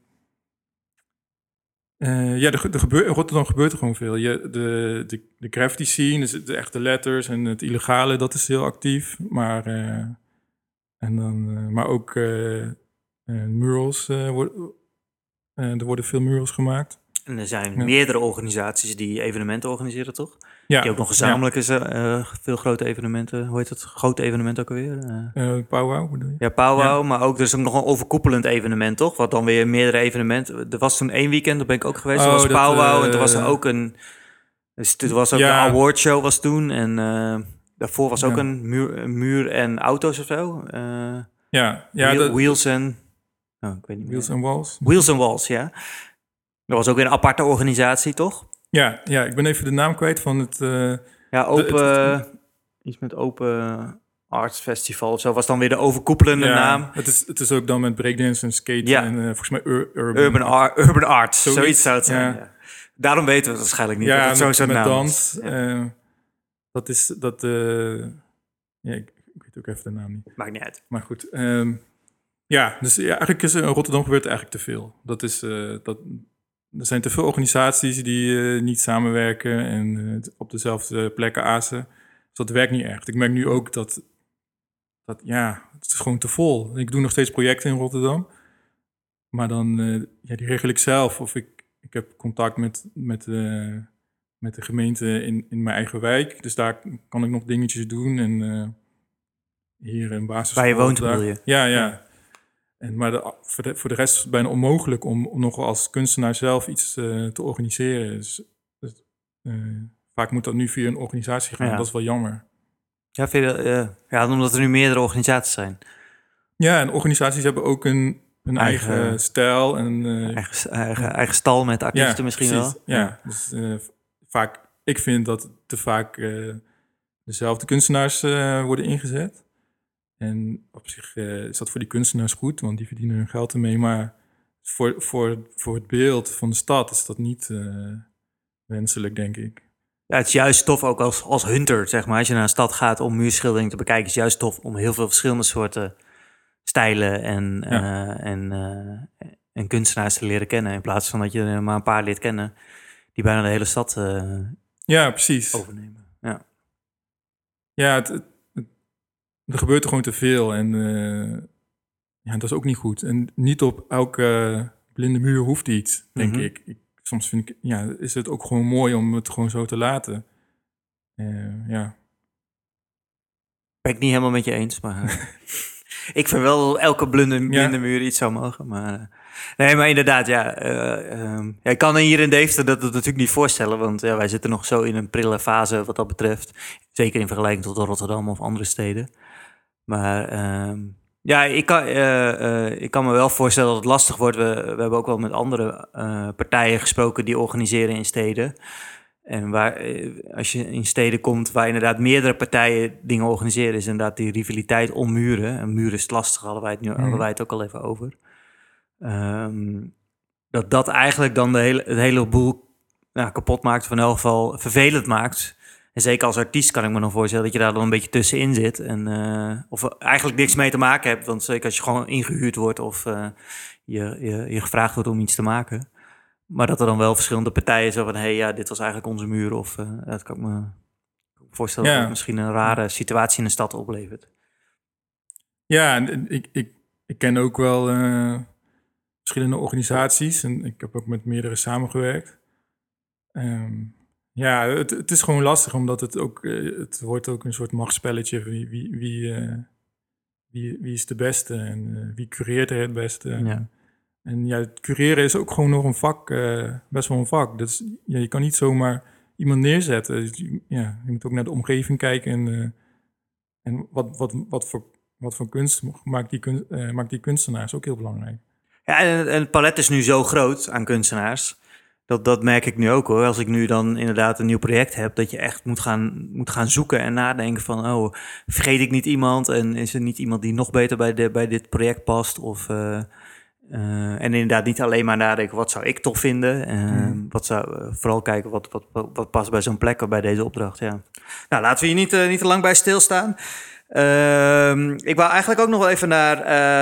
[SPEAKER 2] in Rotterdam gebeurt er gewoon veel. De graffiti scene, dus de echte letters en het illegale, dat is heel actief. Maar ook murals, er worden veel murals gemaakt.
[SPEAKER 1] En er zijn meerdere organisaties die evenementen organiseren, toch?
[SPEAKER 2] Ja.
[SPEAKER 1] Die ook nog gezamenlijk is veel grote evenementen. Hoe heet het? Grote evenement ook alweer?
[SPEAKER 2] Powwow bedoel je?
[SPEAKER 1] Ja, Powwow, maar ook er is ook nog een overkoepelend evenement, toch? Wat dan weer meerdere evenementen... Er was toen 1 weekend, daar ben ik ook geweest. Er was Powwow en toen was er ook een... Dus er was ook een awardshow was toen. En daarvoor was ook een muur en auto's of zo. Wheels en... Oh, ik weet niet
[SPEAKER 2] Wheels and Walls.
[SPEAKER 1] Wheels and Walls, ja. Dat was ook weer een aparte organisatie, toch?
[SPEAKER 2] Ja, ik ben even de naam kwijt van het...
[SPEAKER 1] iets met Open Arts Festival of zo. Was dan weer de overkoepelende naam.
[SPEAKER 2] Het is ook dan met breakdance en skate en volgens mij
[SPEAKER 1] Urban Arts. Zoiets zou het zijn. Ja. Daarom weten we het waarschijnlijk niet.
[SPEAKER 2] Ja,
[SPEAKER 1] dat het
[SPEAKER 2] met
[SPEAKER 1] naam
[SPEAKER 2] dans. Dat is dat... ja, ik weet ook even de naam niet.
[SPEAKER 1] Maakt niet uit.
[SPEAKER 2] Maar goed. Dus eigenlijk is in Rotterdam gebeurt eigenlijk te veel. Er zijn te veel organisaties die niet samenwerken en op dezelfde plekken azen. Dus dat werkt niet echt. Ik merk nu ook dat het is gewoon te vol. Ik doe nog steeds projecten in Rotterdam. Maar dan, die regel ik zelf. Of ik heb contact met de gemeente in mijn eigen wijk. Dus daar kan ik nog dingetjes doen. En hier in basisschool.
[SPEAKER 1] Waar je woont, bedoel je?
[SPEAKER 2] Ja. Maar voor de rest is het bijna onmogelijk om nog als kunstenaar zelf iets te organiseren. Dus, vaak moet dat nu via een organisatie gaan.
[SPEAKER 1] Ja.
[SPEAKER 2] Dat is wel jammer.
[SPEAKER 1] Ja, omdat er nu meerdere organisaties zijn.
[SPEAKER 2] Ja, en organisaties hebben ook een eigen stijl. En,
[SPEAKER 1] eigen stal met artiesten misschien
[SPEAKER 2] precies.
[SPEAKER 1] wel.
[SPEAKER 2] Ja, dus vaak, ik vind dat te vaak dezelfde kunstenaars worden ingezet. En op zich is dat voor die kunstenaars goed, want die verdienen hun geld ermee. Maar voor het beeld van de stad is dat niet wenselijk, denk ik.
[SPEAKER 1] Ja, het is juist tof ook als hunter, zeg maar. Als je naar een stad gaat om muurschildering te bekijken, is het juist tof om heel veel verschillende soorten stijlen en kunstenaars te leren kennen. In plaats van dat je er maar een paar leert kennen die bijna de hele stad
[SPEAKER 2] precies.
[SPEAKER 1] overnemen. Ja,
[SPEAKER 2] ja er gebeurt er gewoon te veel en dat is ook niet goed. En niet op elke blinde muur hoeft iets, denk ik. Soms vind ik, is het ook gewoon mooi om het gewoon zo te laten.
[SPEAKER 1] Ben ik niet helemaal met je eens, maar ik vind wel dat elke blinde muur iets zou mogen. Maar nee, maar inderdaad, ik kan hier in Deventer dat natuurlijk niet voorstellen, want wij zitten nog zo in een prille fase wat dat betreft. Zeker in vergelijking tot Rotterdam of andere steden. Maar ik kan me wel voorstellen dat het lastig wordt. We hebben ook wel met andere partijen gesproken die organiseren in steden. En als je in steden komt waar inderdaad meerdere partijen dingen organiseren, is inderdaad die rivaliteit om muren. En muren is het lastig, hadden wij het ook al even over. Dat eigenlijk dan het hele boel kapot maakt, of in elk geval vervelend maakt. En zeker als artiest kan ik me dan voorstellen dat je daar dan een beetje tussenin zit. Of eigenlijk niks mee te maken hebt. Want zeker als je gewoon ingehuurd wordt of je gevraagd wordt om iets te maken. Maar dat er dan wel verschillende partijen zo van, dit was eigenlijk onze muur. Of dat kan ik me voorstellen dat het misschien een rare situatie in de stad oplevert. Ja,
[SPEAKER 2] en ik ken ook wel verschillende organisaties. En ik heb ook met meerdere samengewerkt. Het is gewoon lastig, omdat het wordt ook een soort machtsspelletje. Wie is de beste en wie cureert er het beste.
[SPEAKER 1] Ja.
[SPEAKER 2] En het cureren is ook gewoon nog een vak, best wel een vak. Dus je kan niet zomaar iemand neerzetten. Dus, je moet ook naar de omgeving kijken en wat voor kunst maakt die kunstenaars ook heel belangrijk.
[SPEAKER 1] Ja, en het palet is nu zo groot aan kunstenaars. Dat merk ik nu ook hoor. Als ik nu dan inderdaad een nieuw project heb, dat je echt moet gaan zoeken en nadenken van, vergeet ik niet iemand en is er niet iemand die nog beter bij dit project past? En inderdaad niet alleen maar nadenken, wat zou ik tof vinden? Vooral kijken wat past bij zo'n plek of bij deze opdracht. Ja. Nou, laten we hier niet te lang bij stilstaan. Ik wou eigenlijk ook nog wel even naar,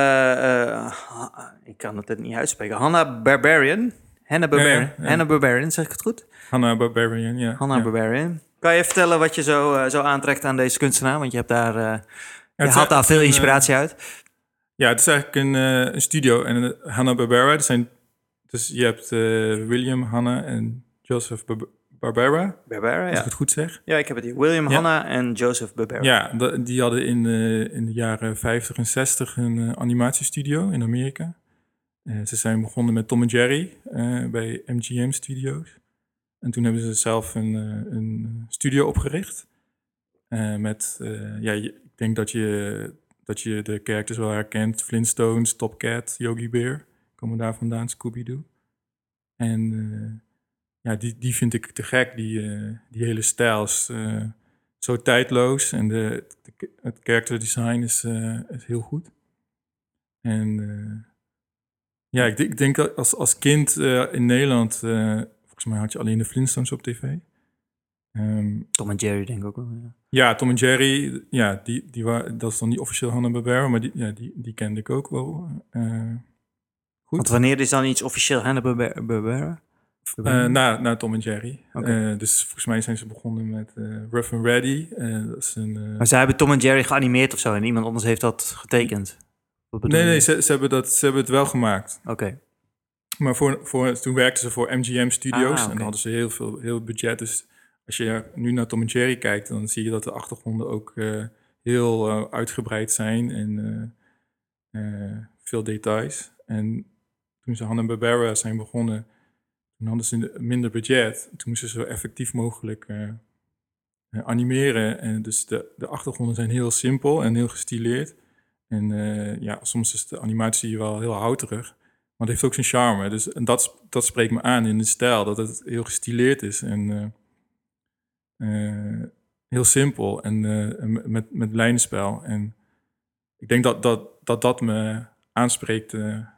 [SPEAKER 1] ik kan het niet uitspreken, Hanna-Barbarian, zeg ik het goed?
[SPEAKER 2] Hanna-Barbarian, ja.
[SPEAKER 1] Hanna-Barbarian. Kan je vertellen wat je zo aantrekt aan deze kunstenaar? Want je hebt daar, je haalt daar veel inspiratie uit.
[SPEAKER 2] Ja, het is eigenlijk een studio. En Hanna-Barbera, dus je hebt William Hanna en Joseph Barbera.
[SPEAKER 1] Barbera,
[SPEAKER 2] als ik het goed zeg.
[SPEAKER 1] Ja, ik heb het hier. William Hanna en Joseph Barbera.
[SPEAKER 2] Ja, die hadden in de jaren 50 en 60 een animatiestudio in Amerika. Ze zijn begonnen met Tom en Jerry bij MGM Studios. En toen hebben ze zelf een studio opgericht. Ik denk dat je de characters wel herkent. Flintstones, Top Cat, Yogi Bear. Komen daar vandaan, Scooby-Doo. En die vind ik te gek. Die hele stijl is zo tijdloos. En het character design is heel goed. En ik denk als kind in Nederland... volgens mij had je alleen de Flintstones op tv.
[SPEAKER 1] Tom en Jerry denk ik ook wel. Ja.
[SPEAKER 2] Ja, Tom en Jerry, ja, dat is dan niet officieel Hanna-Barbera, maar die kende ik ook wel. Goed.
[SPEAKER 1] Want wanneer is dan iets officieel Hanna-Barbera?
[SPEAKER 2] Na Tom en Jerry.
[SPEAKER 1] Okay.
[SPEAKER 2] Dus volgens mij zijn ze begonnen met Rough and Ready. Dat is
[SPEAKER 1] maar zij hebben Tom en Jerry geanimeerd of zo en iemand anders heeft dat getekend?
[SPEAKER 2] Nee, ze hebben het wel gemaakt.
[SPEAKER 1] Oké.
[SPEAKER 2] Maar toen werkten ze voor MGM Studios en dan hadden ze heel budget. Dus als je nu naar Tom en Jerry kijkt, dan zie je dat de achtergronden ook heel uitgebreid zijn en veel details. En toen ze Hanna-Barbera zijn begonnen, toen hadden ze minder budget. Toen moesten ze zo effectief mogelijk animeren. En dus de achtergronden zijn heel simpel en heel gestileerd. En soms is de animatie wel heel houterig. Maar het heeft ook zijn charme. Dus, en dat spreekt me aan in de stijl. Dat het heel gestileerd is. En heel simpel. En met lijnenspel. En ik denk dat me aanspreekt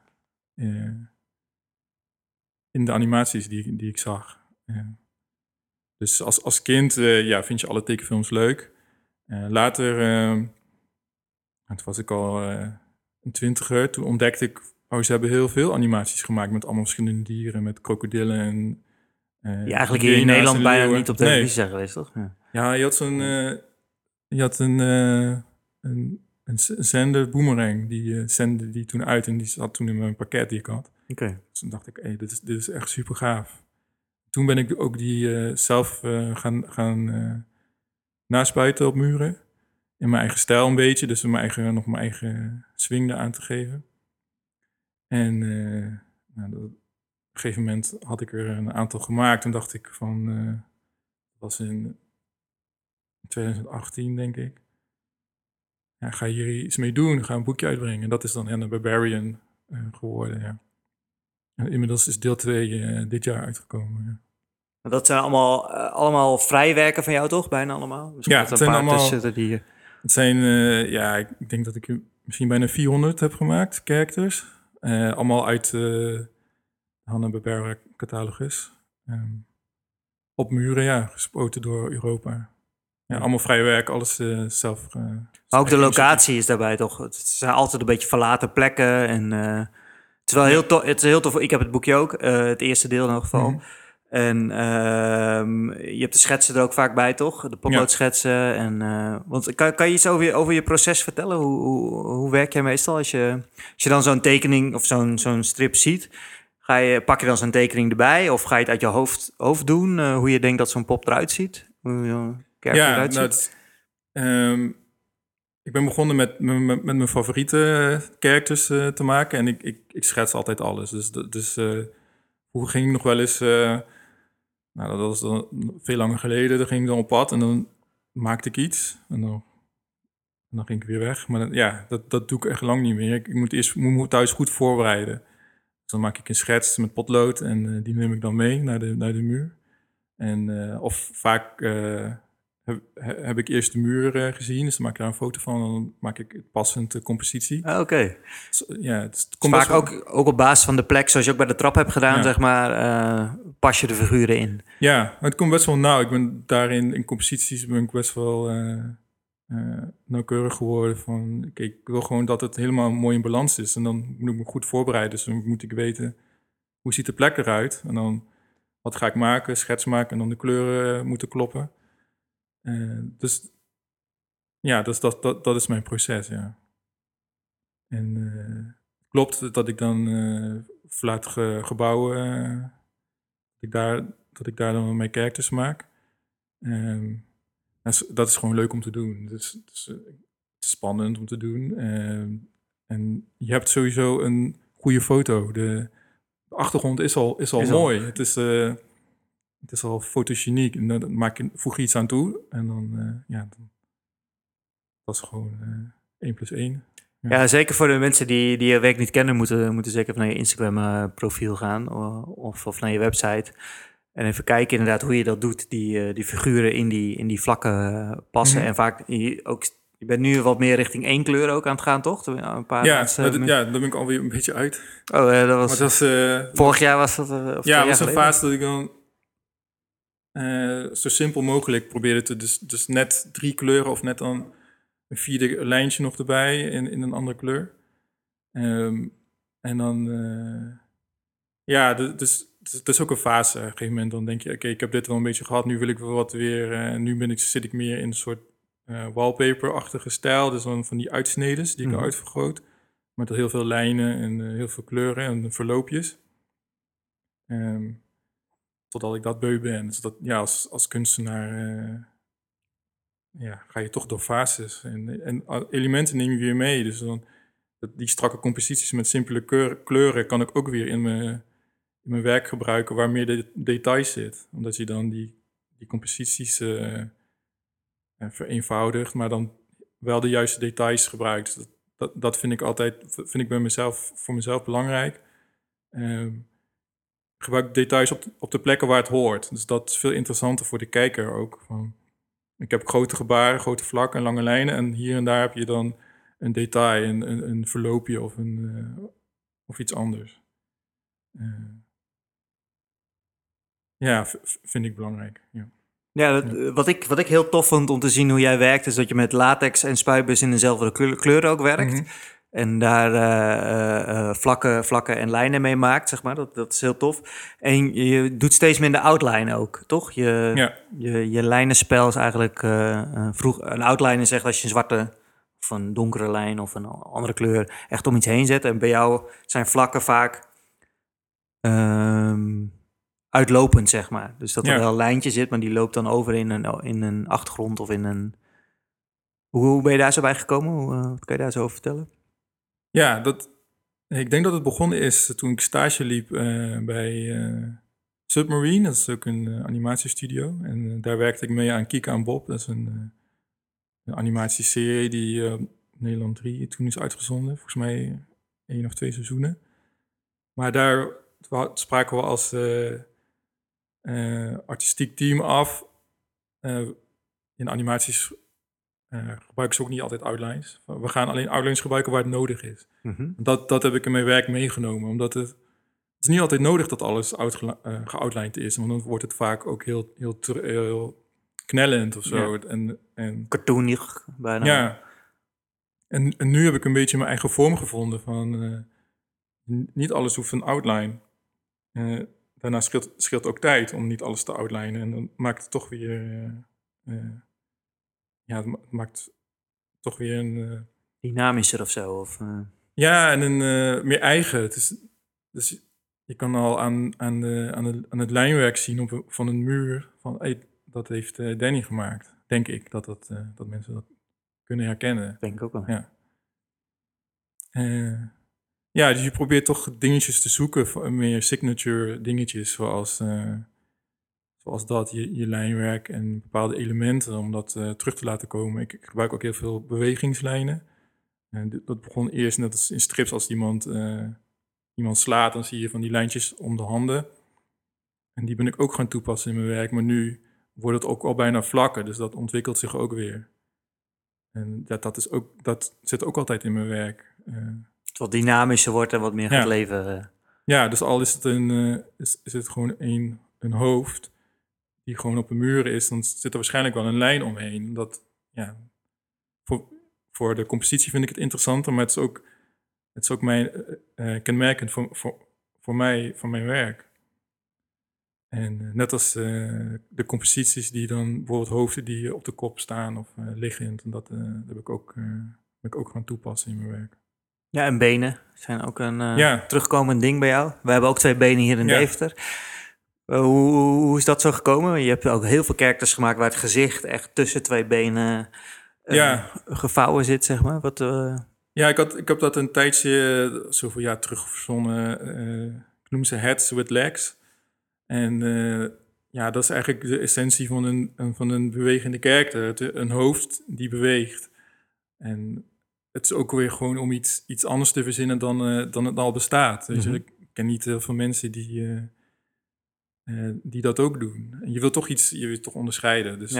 [SPEAKER 2] in de animaties die ik zag. Dus als kind vind je alle tekenfilms leuk. Later, toen was ik al een 20er. Toen ontdekte ik, ze hebben heel veel animaties gemaakt met allemaal verschillende dieren. Met krokodillen en
[SPEAKER 1] eigenlijk hier in Nederland bijna niet op televisie zijn geweest, toch?
[SPEAKER 2] Ja, je had een zender, Boomerang, die zende die toen uit. En die zat toen in mijn pakket die ik had.
[SPEAKER 1] Okay.
[SPEAKER 2] Dus toen dacht ik, dit is echt super gaaf. Toen ben ik ook die zelf gaan naspuiten op muren. In mijn eigen stijl een beetje. Dus nog mijn eigen swing aan te geven. En op een gegeven moment had ik er een aantal gemaakt. En dacht ik van... dat was in 2018, denk ik. Ja, ga hier iets mee doen. Ga een boekje uitbrengen. En dat is dan Hanna-Barbarian geworden, ja. En inmiddels is deel 2 dit jaar uitgekomen, ja.
[SPEAKER 1] Dat zijn allemaal vrijwerken van jou, toch? Bijna allemaal?
[SPEAKER 2] Misschien het zijn allemaal...
[SPEAKER 1] Die...
[SPEAKER 2] Het zijn, ik denk dat ik misschien bijna 400 heb gemaakt, characters. Allemaal uit de Hanna-Barbera catalogus. Op muren, gespoten door Europa. Ja, allemaal vrij werk, alles zelf.
[SPEAKER 1] Maar ook de locatie is daarbij toch? Het zijn altijd een beetje verlaten plekken. En het is wel heel tof. Ik heb het boekje ook, het eerste deel in elk geval. Mm-hmm. En je hebt de schetsen er ook vaak bij, toch? De potloodschetsen. En, want kan je iets over je proces vertellen? Hoe werk jij meestal als je dan zo'n tekening of zo'n strip ziet? Pak je dan zo'n tekening erbij? Of ga je het uit je hoofd doen? Hoe je denkt dat zo'n pop eruit ziet?
[SPEAKER 2] Ik ben begonnen met mijn favoriete characters te maken. En ik schets altijd alles. Dus vroeger ging ik nog wel eens... dat was dan veel langer geleden. Dan ging ik dan op pad en dan maakte ik iets. En dan ging ik weer weg. Maar dat doe ik echt lang niet meer. Ik moet eerst thuis goed voorbereiden. Dus dan maak ik een schets met potlood en die neem ik dan mee naar de muur. En of vaak heb ik eerst de muur gezien, dus dan maak ik daar een foto van en dan maak ik passend compositie.
[SPEAKER 1] Oké.
[SPEAKER 2] Ja, het
[SPEAKER 1] komt vaak ook op basis van de plek, zoals je ook bij de trap hebt gedaan, zeg maar, pas je de figuren in.
[SPEAKER 2] Ja, maar het komt best wel nauw. Ik ben daarin in composities ben ik best wel nauwkeurig geworden van, kijk, ik wil gewoon dat het helemaal mooi in balans is en dan moet ik me goed voorbereiden. Dus dan moet ik weten, hoe ziet de plek eruit? En dan, wat ga ik maken? Schets maken en dan de kleuren moeten kloppen. Dus dat is mijn proces, ja. En klopt dat ik dan verlaten gebouwen, dat ik daar dan mijn characters maak. Dat is gewoon leuk om te doen. Dus het is spannend om te doen. En je hebt sowieso een goede foto. De achtergrond is al mooi. Het is al fotogeniek. En dan voeg je iets aan toe. En dan, dat is gewoon 1+1.
[SPEAKER 1] Ja, zeker voor de mensen die je werk niet kennen, moeten zeker even naar je Instagram profiel gaan. Of naar je website. En even kijken inderdaad hoe je dat doet. Die figuren in die vlakken passen. Mm-hmm. En vaak je bent nu wat meer richting 1 kleur ook aan het gaan, toch?
[SPEAKER 2] Daar ben ik alweer een beetje uit.
[SPEAKER 1] Oh, dat was... vorig jaar was dat?
[SPEAKER 2] Het was een fase dat ik dan zo simpel mogelijk probeerde te... Dus net 3 kleuren of net dan een 4e lijntje nog erbij in een andere kleur. En dan... dus het is ook een fase. Op een gegeven moment dan denk je... Oké, ik heb dit wel een beetje gehad. Nu wil ik wel wat weer... nu zit ik meer in een soort wallpaper-achtige stijl. Dus dan van die uitsneden die ik uitvergroot. Met heel veel lijnen en heel veel kleuren en verloopjes. Totdat ik dat beu ben. Dus dat, als kunstenaar ga je toch door fases. En elementen neem je weer mee. Dus dan, die strakke composities met simpele kleuren kan ik ook weer in mijn werk gebruiken waar meer de details zit. Omdat je dan die composities vereenvoudigt, maar dan wel de juiste details gebruikt. Dus dat vind ik altijd voor mezelf belangrijk. Gebruik details op de plekken waar het hoort. Dus dat is veel interessanter voor de kijker ook. Ik heb grote gebaren, grote vlakken en lange lijnen. En hier en daar heb je dan een detail, een verloopje of iets anders. Vind ik belangrijk.
[SPEAKER 1] Wat ik heel tof vond om te zien hoe jij werkt, is dat je met latex en spuitbus in dezelfde kleur ook werkt. Mm-hmm. En daar vlakken en lijnen mee maakt, zeg maar. Dat is heel tof. En je doet steeds minder outline ook, toch? Je lijnenspel is eigenlijk... een outline is echt als je een zwarte of een donkere lijn of een andere kleur echt om iets heen zet. En bij jou zijn vlakken vaak uitlopend, zeg maar. Dus dat er wel een lijntje zit, maar die loopt dan over in een achtergrond of in een... Hoe ben je daar zo bij gekomen? Wat kan je daar zo over vertellen?
[SPEAKER 2] Ja, ik denk dat het begonnen is toen ik stage liep bij Submarine. Dat is ook een animatiestudio. En daar werkte ik mee aan Kika en Bob. Dat is een animatieserie die Nederland 3 toen is uitgezonden. Volgens mij 1 of 2 seizoenen. Maar daar spraken we als artistiek team af. In animaties gebruiken ze ook niet altijd outlines. We gaan alleen outlines gebruiken waar het nodig is. Mm-hmm. Dat heb ik in mijn werk meegenomen. Omdat het is niet altijd nodig dat alles geoutlined is. Want dan wordt het vaak ook heel knellend of zo.
[SPEAKER 1] Ja.
[SPEAKER 2] En
[SPEAKER 1] cartoonig bijna.
[SPEAKER 2] Ja. En nu heb ik een beetje mijn eigen vorm gevonden van... niet alles hoeft een outline. Daarna scheelt ook tijd om niet alles te outlinen. En dan maakt het toch weer... het maakt toch weer een...
[SPEAKER 1] dynamischer of zo?
[SPEAKER 2] Ja, en een meer eigen. Dus je kan al aan het lijnwerk zien van een muur... van hey, dat heeft Danny gemaakt. Denk ik dat mensen dat kunnen herkennen.
[SPEAKER 1] Denk ik ook wel.
[SPEAKER 2] Ja. Dus je probeert toch dingetjes te zoeken, meer signature dingetjes, zoals dat, je lijnwerk en bepaalde elementen, om dat terug te laten komen. Ik gebruik ook heel veel bewegingslijnen. Dat begon eerst net als in strips, als iemand slaat, dan zie je van die lijntjes om de handen. En die ben ik ook gaan toepassen in mijn werk, maar nu wordt het ook al bijna vlakken, dus dat ontwikkelt zich ook weer. En dat zit ook altijd in mijn werk.
[SPEAKER 1] Het wat dynamischer wordt en wat meer gaat leven.
[SPEAKER 2] Ja, dus al is het is het gewoon een hoofd die gewoon op een muur is, dan zit er waarschijnlijk wel een lijn omheen. Dat, voor de compositie vind ik het interessanter, maar het is ook mijn kenmerkend voor mij, van mijn werk. En net als de composities die dan bijvoorbeeld hoofden die op de kop staan of liggend, en dat ben ik ook gaan toepassen in mijn werk.
[SPEAKER 1] Ja, en benen zijn ook een terugkomend ding bij jou. We hebben ook 2 benen hier in Deventer. Hoe is dat zo gekomen? Je hebt ook heel veel characters gemaakt waar het gezicht echt tussen 2 benen gevouwen zit, zeg maar.
[SPEAKER 2] Ja, ik heb dat een tijdje, zoveel jaar terug verzonnen. Ik noem ze heads with legs. En dat is eigenlijk de essentie van een bewegende karakter. Een hoofd die beweegt. En het is ook weer gewoon om iets anders te verzinnen dan het al bestaat. Mm-hmm. Dus ik ken niet heel veel mensen die dat ook doen. En je wilt toch onderscheiden. Dus,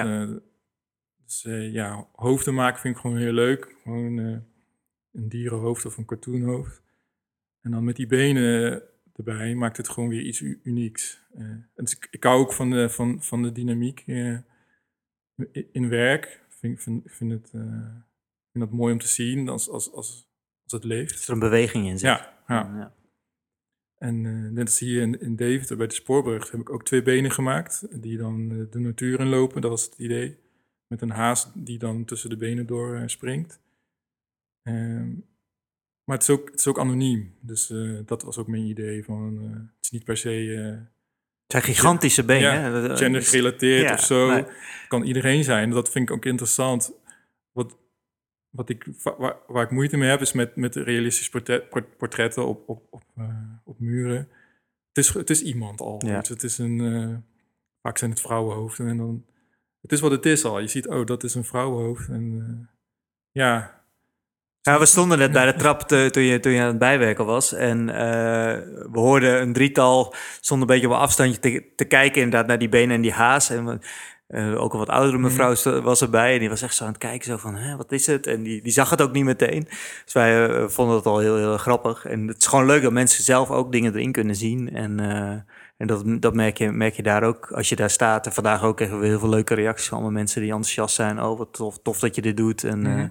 [SPEAKER 2] hoofden maken vind ik gewoon heel leuk. Gewoon een dierenhoofd of een cartoonhoofd. En dan met die benen erbij maakt het gewoon weer iets unieks. Dus ik hou ook van de dynamiek in werk. Ik vind het mooi om te zien als het leeft.
[SPEAKER 1] Is er een beweging in zit.
[SPEAKER 2] Ja. En net als hier in Deventer bij de spoorbrug heb ik ook 2 benen gemaakt. Die dan de natuur in lopen, dat was het idee. Met een haas die dan tussen de benen door springt. Maar het is ook anoniem. Dus dat was ook mijn idee. Het is niet per se...
[SPEAKER 1] het zijn gigantische benen. Hè?
[SPEAKER 2] Gender gerelateerd of zo.
[SPEAKER 1] Nee.
[SPEAKER 2] Kan iedereen zijn. Dat vind ik ook interessant. Waar ik moeite mee heb, is met realistische portretten op muren. Het is iemand al.
[SPEAKER 1] Ja.
[SPEAKER 2] Dus het is vaak zijn het vrouwenhoofden. En dan, het is wat het is al. Je ziet, dat is een vrouwenhoofd. En ja,
[SPEAKER 1] we stonden net bij de trap toen je aan het bijwerken was. En we hoorden een drietal, stonden een beetje op een afstandje te kijken inderdaad naar die benen en die haas. En ook een wat oudere mevrouw was erbij. En die was echt zo aan het kijken, zo van, wat is het? En die zag het ook niet meteen. Dus wij vonden het al heel, heel grappig. En het is gewoon leuk dat mensen zelf ook dingen erin kunnen zien. En dat merk je daar ook als je daar staat. En vandaag ook kregen we heel veel leuke reacties van allemaal mensen die enthousiast zijn. Oh, wat tof dat je dit doet. En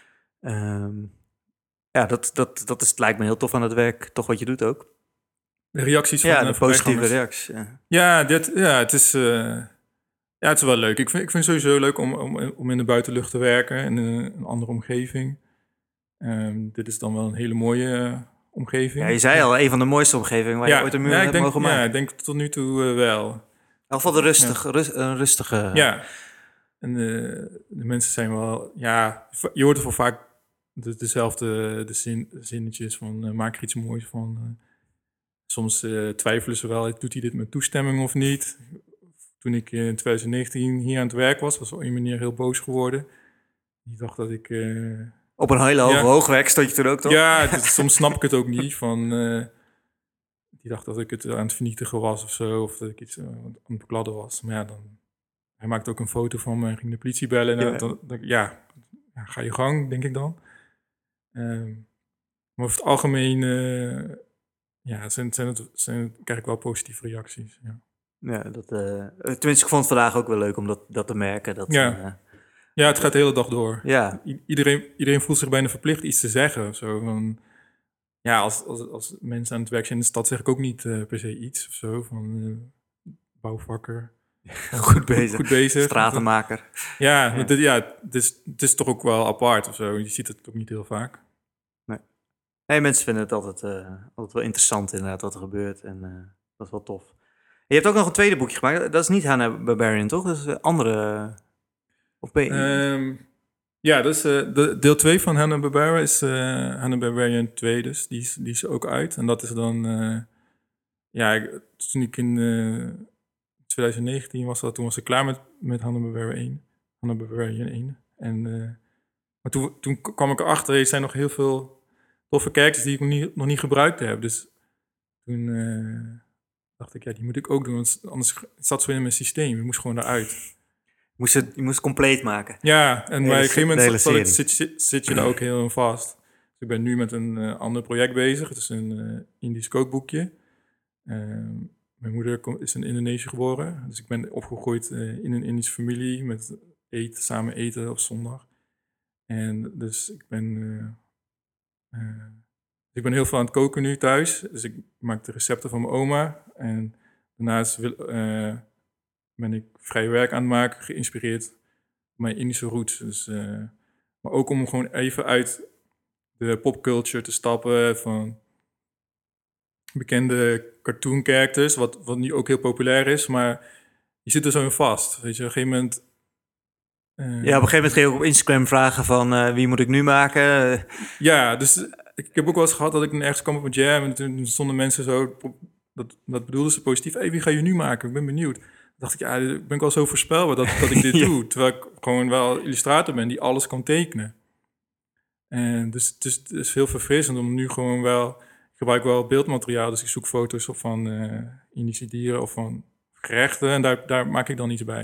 [SPEAKER 1] dat is, het lijkt me heel tof aan het werk. Toch wat je doet ook.
[SPEAKER 2] De reacties van
[SPEAKER 1] de positieve reacties.
[SPEAKER 2] Het is wel leuk. Ik vind het sowieso leuk om in de buitenlucht te werken. In een andere omgeving. Dit is dan wel een hele mooie omgeving.
[SPEAKER 1] Ja, je zei al, een van de mooiste omgevingen waar je ooit een muur hebt mogen maken.
[SPEAKER 2] Ja, ik denk tot nu toe wel.
[SPEAKER 1] In ieder geval een rustige...
[SPEAKER 2] Ja, en de mensen zijn wel... Ja, je hoort er voor vaak dezelfde zinnetjes van... maak er iets moois van. Soms twijfelen ze wel, doet hij dit met toestemming of niet? Toen ik in 2019 hier aan het werk was een meneer heel boos geworden. Die dacht dat ik...
[SPEAKER 1] Op een hele hoogwerk stond je toen ook, toch?
[SPEAKER 2] Ja, soms snap ik het ook niet. Die dacht dat ik het aan het vernietigen was of zo. Of dat ik iets aan het bekladden was. Maar ja, hij maakte ook een foto van me en ging de politie bellen. En ga je gang, denk ik dan. Maar over het algemeen krijg ik wel positieve reacties.
[SPEAKER 1] Ja, tenminste, ik vond het vandaag ook wel leuk om dat te merken.
[SPEAKER 2] Ja, het gaat de hele dag door.
[SPEAKER 1] Ja.
[SPEAKER 2] Iedereen voelt zich bijna verplicht iets te zeggen. Of zo. Als mensen aan het werk zijn in de stad, zeg ik ook niet per se iets of zo. Van bouwvakker.
[SPEAKER 1] Goed bezig. Stratenmaker.
[SPEAKER 2] Het is toch ook wel apart of zo. Je ziet het ook niet heel vaak.
[SPEAKER 1] Nee, mensen vinden het altijd wel interessant inderdaad wat er gebeurt. En dat is wel tof. Je hebt ook nog een tweede boekje gemaakt. Dat is niet Hanna-Barbera, toch? Dat is andere... Of ben je...
[SPEAKER 2] dat is deel 2 van Hanna-Barbera is Hanna-Barbera 2, dus die is ook uit. En dat is dan... toen ik in 2019 was toen was ik klaar met Hanna-Barbera 1. Hanna-Barbera 1. Maar toen kwam ik erachter, er zijn nog heel veel toffe characters die ik nog niet gebruikt heb. Dus toen dacht ik, die moet ik ook doen. Want anders zat zo in mijn systeem. Je moest gewoon eruit.
[SPEAKER 1] Je moest het compleet maken.
[SPEAKER 2] Ja, en bij een gegeven moment zit je daar ook heel vast. Dus ik ben nu met een ander project bezig. Het is een Indisch kookboekje. Mijn moeder is in Indonesië geboren. Dus ik ben opgegroeid in een Indische familie met samen eten op zondag. En dus ik ben heel veel aan het koken nu thuis. Dus ik maak de recepten van mijn oma. En daarnaast ben ik vrij werk aan het maken, geïnspireerd op mijn Indische roots. Dus, maar ook om gewoon even uit de popculture te stappen van bekende cartoon characters, wat nu ook heel populair is, maar je zit er zo in vast. Weet je, op een gegeven moment...
[SPEAKER 1] op een gegeven moment ging je ook op Instagram vragen van wie moet ik nu maken?
[SPEAKER 2] Ja, dus ik heb ook wel eens gehad dat ik ergens kwam op een jam en toen stonden mensen zo, dat bedoelden ze positief, wie ga je nu maken? Ik ben benieuwd. Dacht ik, ben ik al zo voorspelbaar dat ik dit doe. Terwijl ik gewoon wel illustrator ben die alles kan tekenen. En dus het is heel verfrissend om nu gewoon wel... Ik gebruik wel beeldmateriaal, dus ik zoek foto's van Indische dieren of van gerechten. En daar maak ik dan iets bij.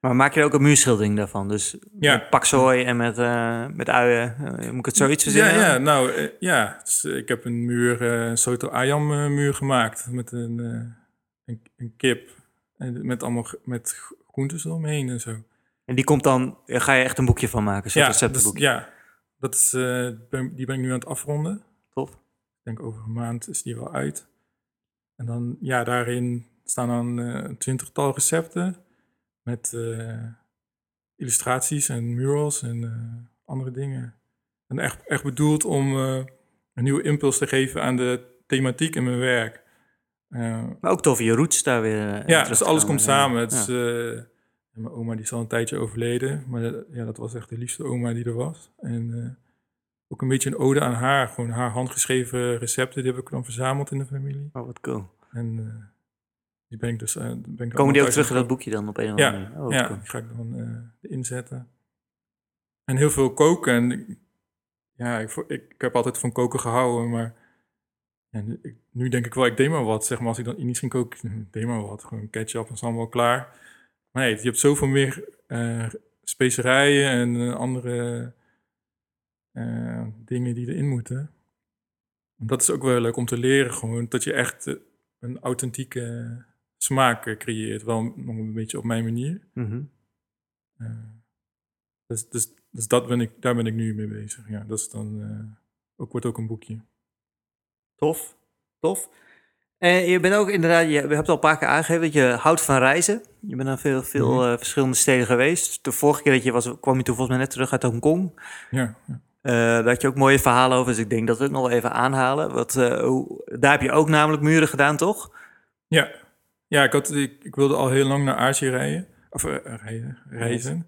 [SPEAKER 1] Maar maak je er ook een muurschildering daarvan? Dus
[SPEAKER 2] Ja.
[SPEAKER 1] met paksoi en met uien? Moet ik het zoiets verzinnen?
[SPEAKER 2] Ja, nou, ja. Dus, ik heb een muur, een Soto Ayam muur gemaakt met een kip. En met allemaal met groentes eromheen en zo.
[SPEAKER 1] En die komt dan, ga je echt een boekje van maken? Zo'n receptenboekje?
[SPEAKER 2] Dat is, die ben ik nu aan het afronden.
[SPEAKER 1] Tof.
[SPEAKER 2] Ik denk over een maand is die wel uit. En dan, ja, daarin staan dan een 20-tal recepten met illustraties en murals en andere dingen. En echt bedoeld om een nieuwe impuls te geven aan de thematiek in mijn werk.
[SPEAKER 1] Maar ook tof, je roots daar weer
[SPEAKER 2] Ja,
[SPEAKER 1] terug
[SPEAKER 2] dus
[SPEAKER 1] te
[SPEAKER 2] alles
[SPEAKER 1] gaan.
[SPEAKER 2] komt samen. Het is, mijn oma die is al een tijdje overleden, maar ja, dat was echt de liefste oma die er was. En ook een beetje een ode aan haar. Gewoon haar handgeschreven recepten, die heb ik dan verzameld in de familie.
[SPEAKER 1] Oh, wat cool.
[SPEAKER 2] En die ben ik dus...
[SPEAKER 1] Komen die ook terug in dat boekje dan op een of andere manier?
[SPEAKER 2] Ja,
[SPEAKER 1] Oh,
[SPEAKER 2] ja,
[SPEAKER 1] cool.
[SPEAKER 2] die ga ik dan inzetten. En heel veel koken. En ja, ik heb altijd van koken gehouden, maar ja, nu denk ik wel, ik deed maar wat. Zeg maar, als ik dan niet ging koken, ik deed maar wat. Gewoon ketchup en sambal klaar. Maar nee, je hebt zoveel meer specerijen en andere dingen die erin moeten. En dat is ook wel leuk om te leren, gewoon dat je echt een authentieke smaak creëert. Wel nog een beetje op mijn manier.
[SPEAKER 1] Mhm.
[SPEAKER 2] Dus daar ben ik nu mee bezig. Ja, dat is dan wordt ook een boekje.
[SPEAKER 1] Tof, tof. En je bent ook inderdaad, je hebt al een paar keer aangegeven dat je houdt van reizen. Je bent naar veel verschillende steden geweest. De vorige keer dat je was, kwam je toen volgens mij net terug uit Hongkong.
[SPEAKER 2] Ja.
[SPEAKER 1] Daar had je ook mooie verhalen over, dus ik denk dat we het nog wel even aanhalen. Daar heb je ook namelijk muren gedaan, toch?
[SPEAKER 2] Ja, ik wilde al heel lang naar Azië rijden. Of reizen.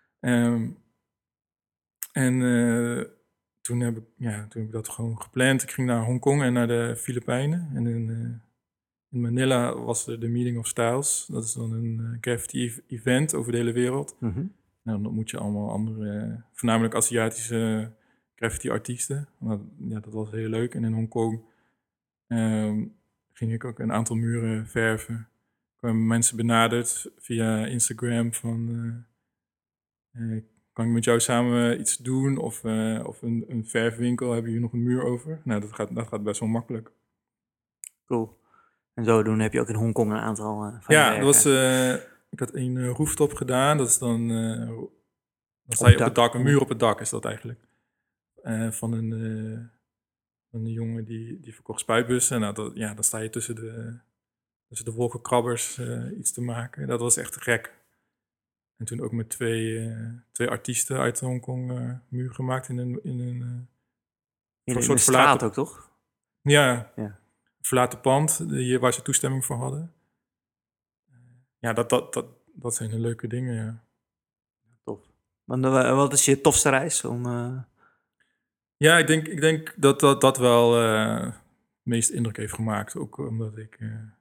[SPEAKER 2] Toen heb ik dat gewoon gepland. Ik ging naar Hongkong en naar de Filipijnen. En in Manila was de Meeting of Styles. Dat is dan een graffiti event over de hele wereld.
[SPEAKER 1] Mhm.
[SPEAKER 2] Nou, dan ontmoet je allemaal andere, voornamelijk Aziatische graffiti-artiesten. Ja, dat was heel leuk. En in Hongkong ging ik ook een aantal muren verven. Er kwamen mensen benaderd via Instagram van... kan ik met jou samen iets doen? Of een verfwinkel, hebben jullie nog een muur over? Nou, dat gaat best wel makkelijk.
[SPEAKER 1] Cool. En zodoende heb je ook in Hongkong een aantal van je
[SPEAKER 2] Ja,
[SPEAKER 1] werken.
[SPEAKER 2] ik had een rooftop gedaan. Dat is dan sta je op het dak, een muur op het dak is dat eigenlijk. Van een jongen die verkocht spuitbussen. Nou, dan sta je tussen de wolkenkrabbers iets te maken. Dat was echt gek. En toen ook met twee artiesten uit Hongkong muur gemaakt in een
[SPEAKER 1] soort straat ook, toch?
[SPEAKER 2] Ja. Verlaten pand waar ze toestemming voor hadden. Ja, dat zijn de leuke dingen, ja.
[SPEAKER 1] Tof. Wat is je tofste reis?
[SPEAKER 2] Ja, ik denk dat wel het meest indruk heeft gemaakt. Ook omdat ik...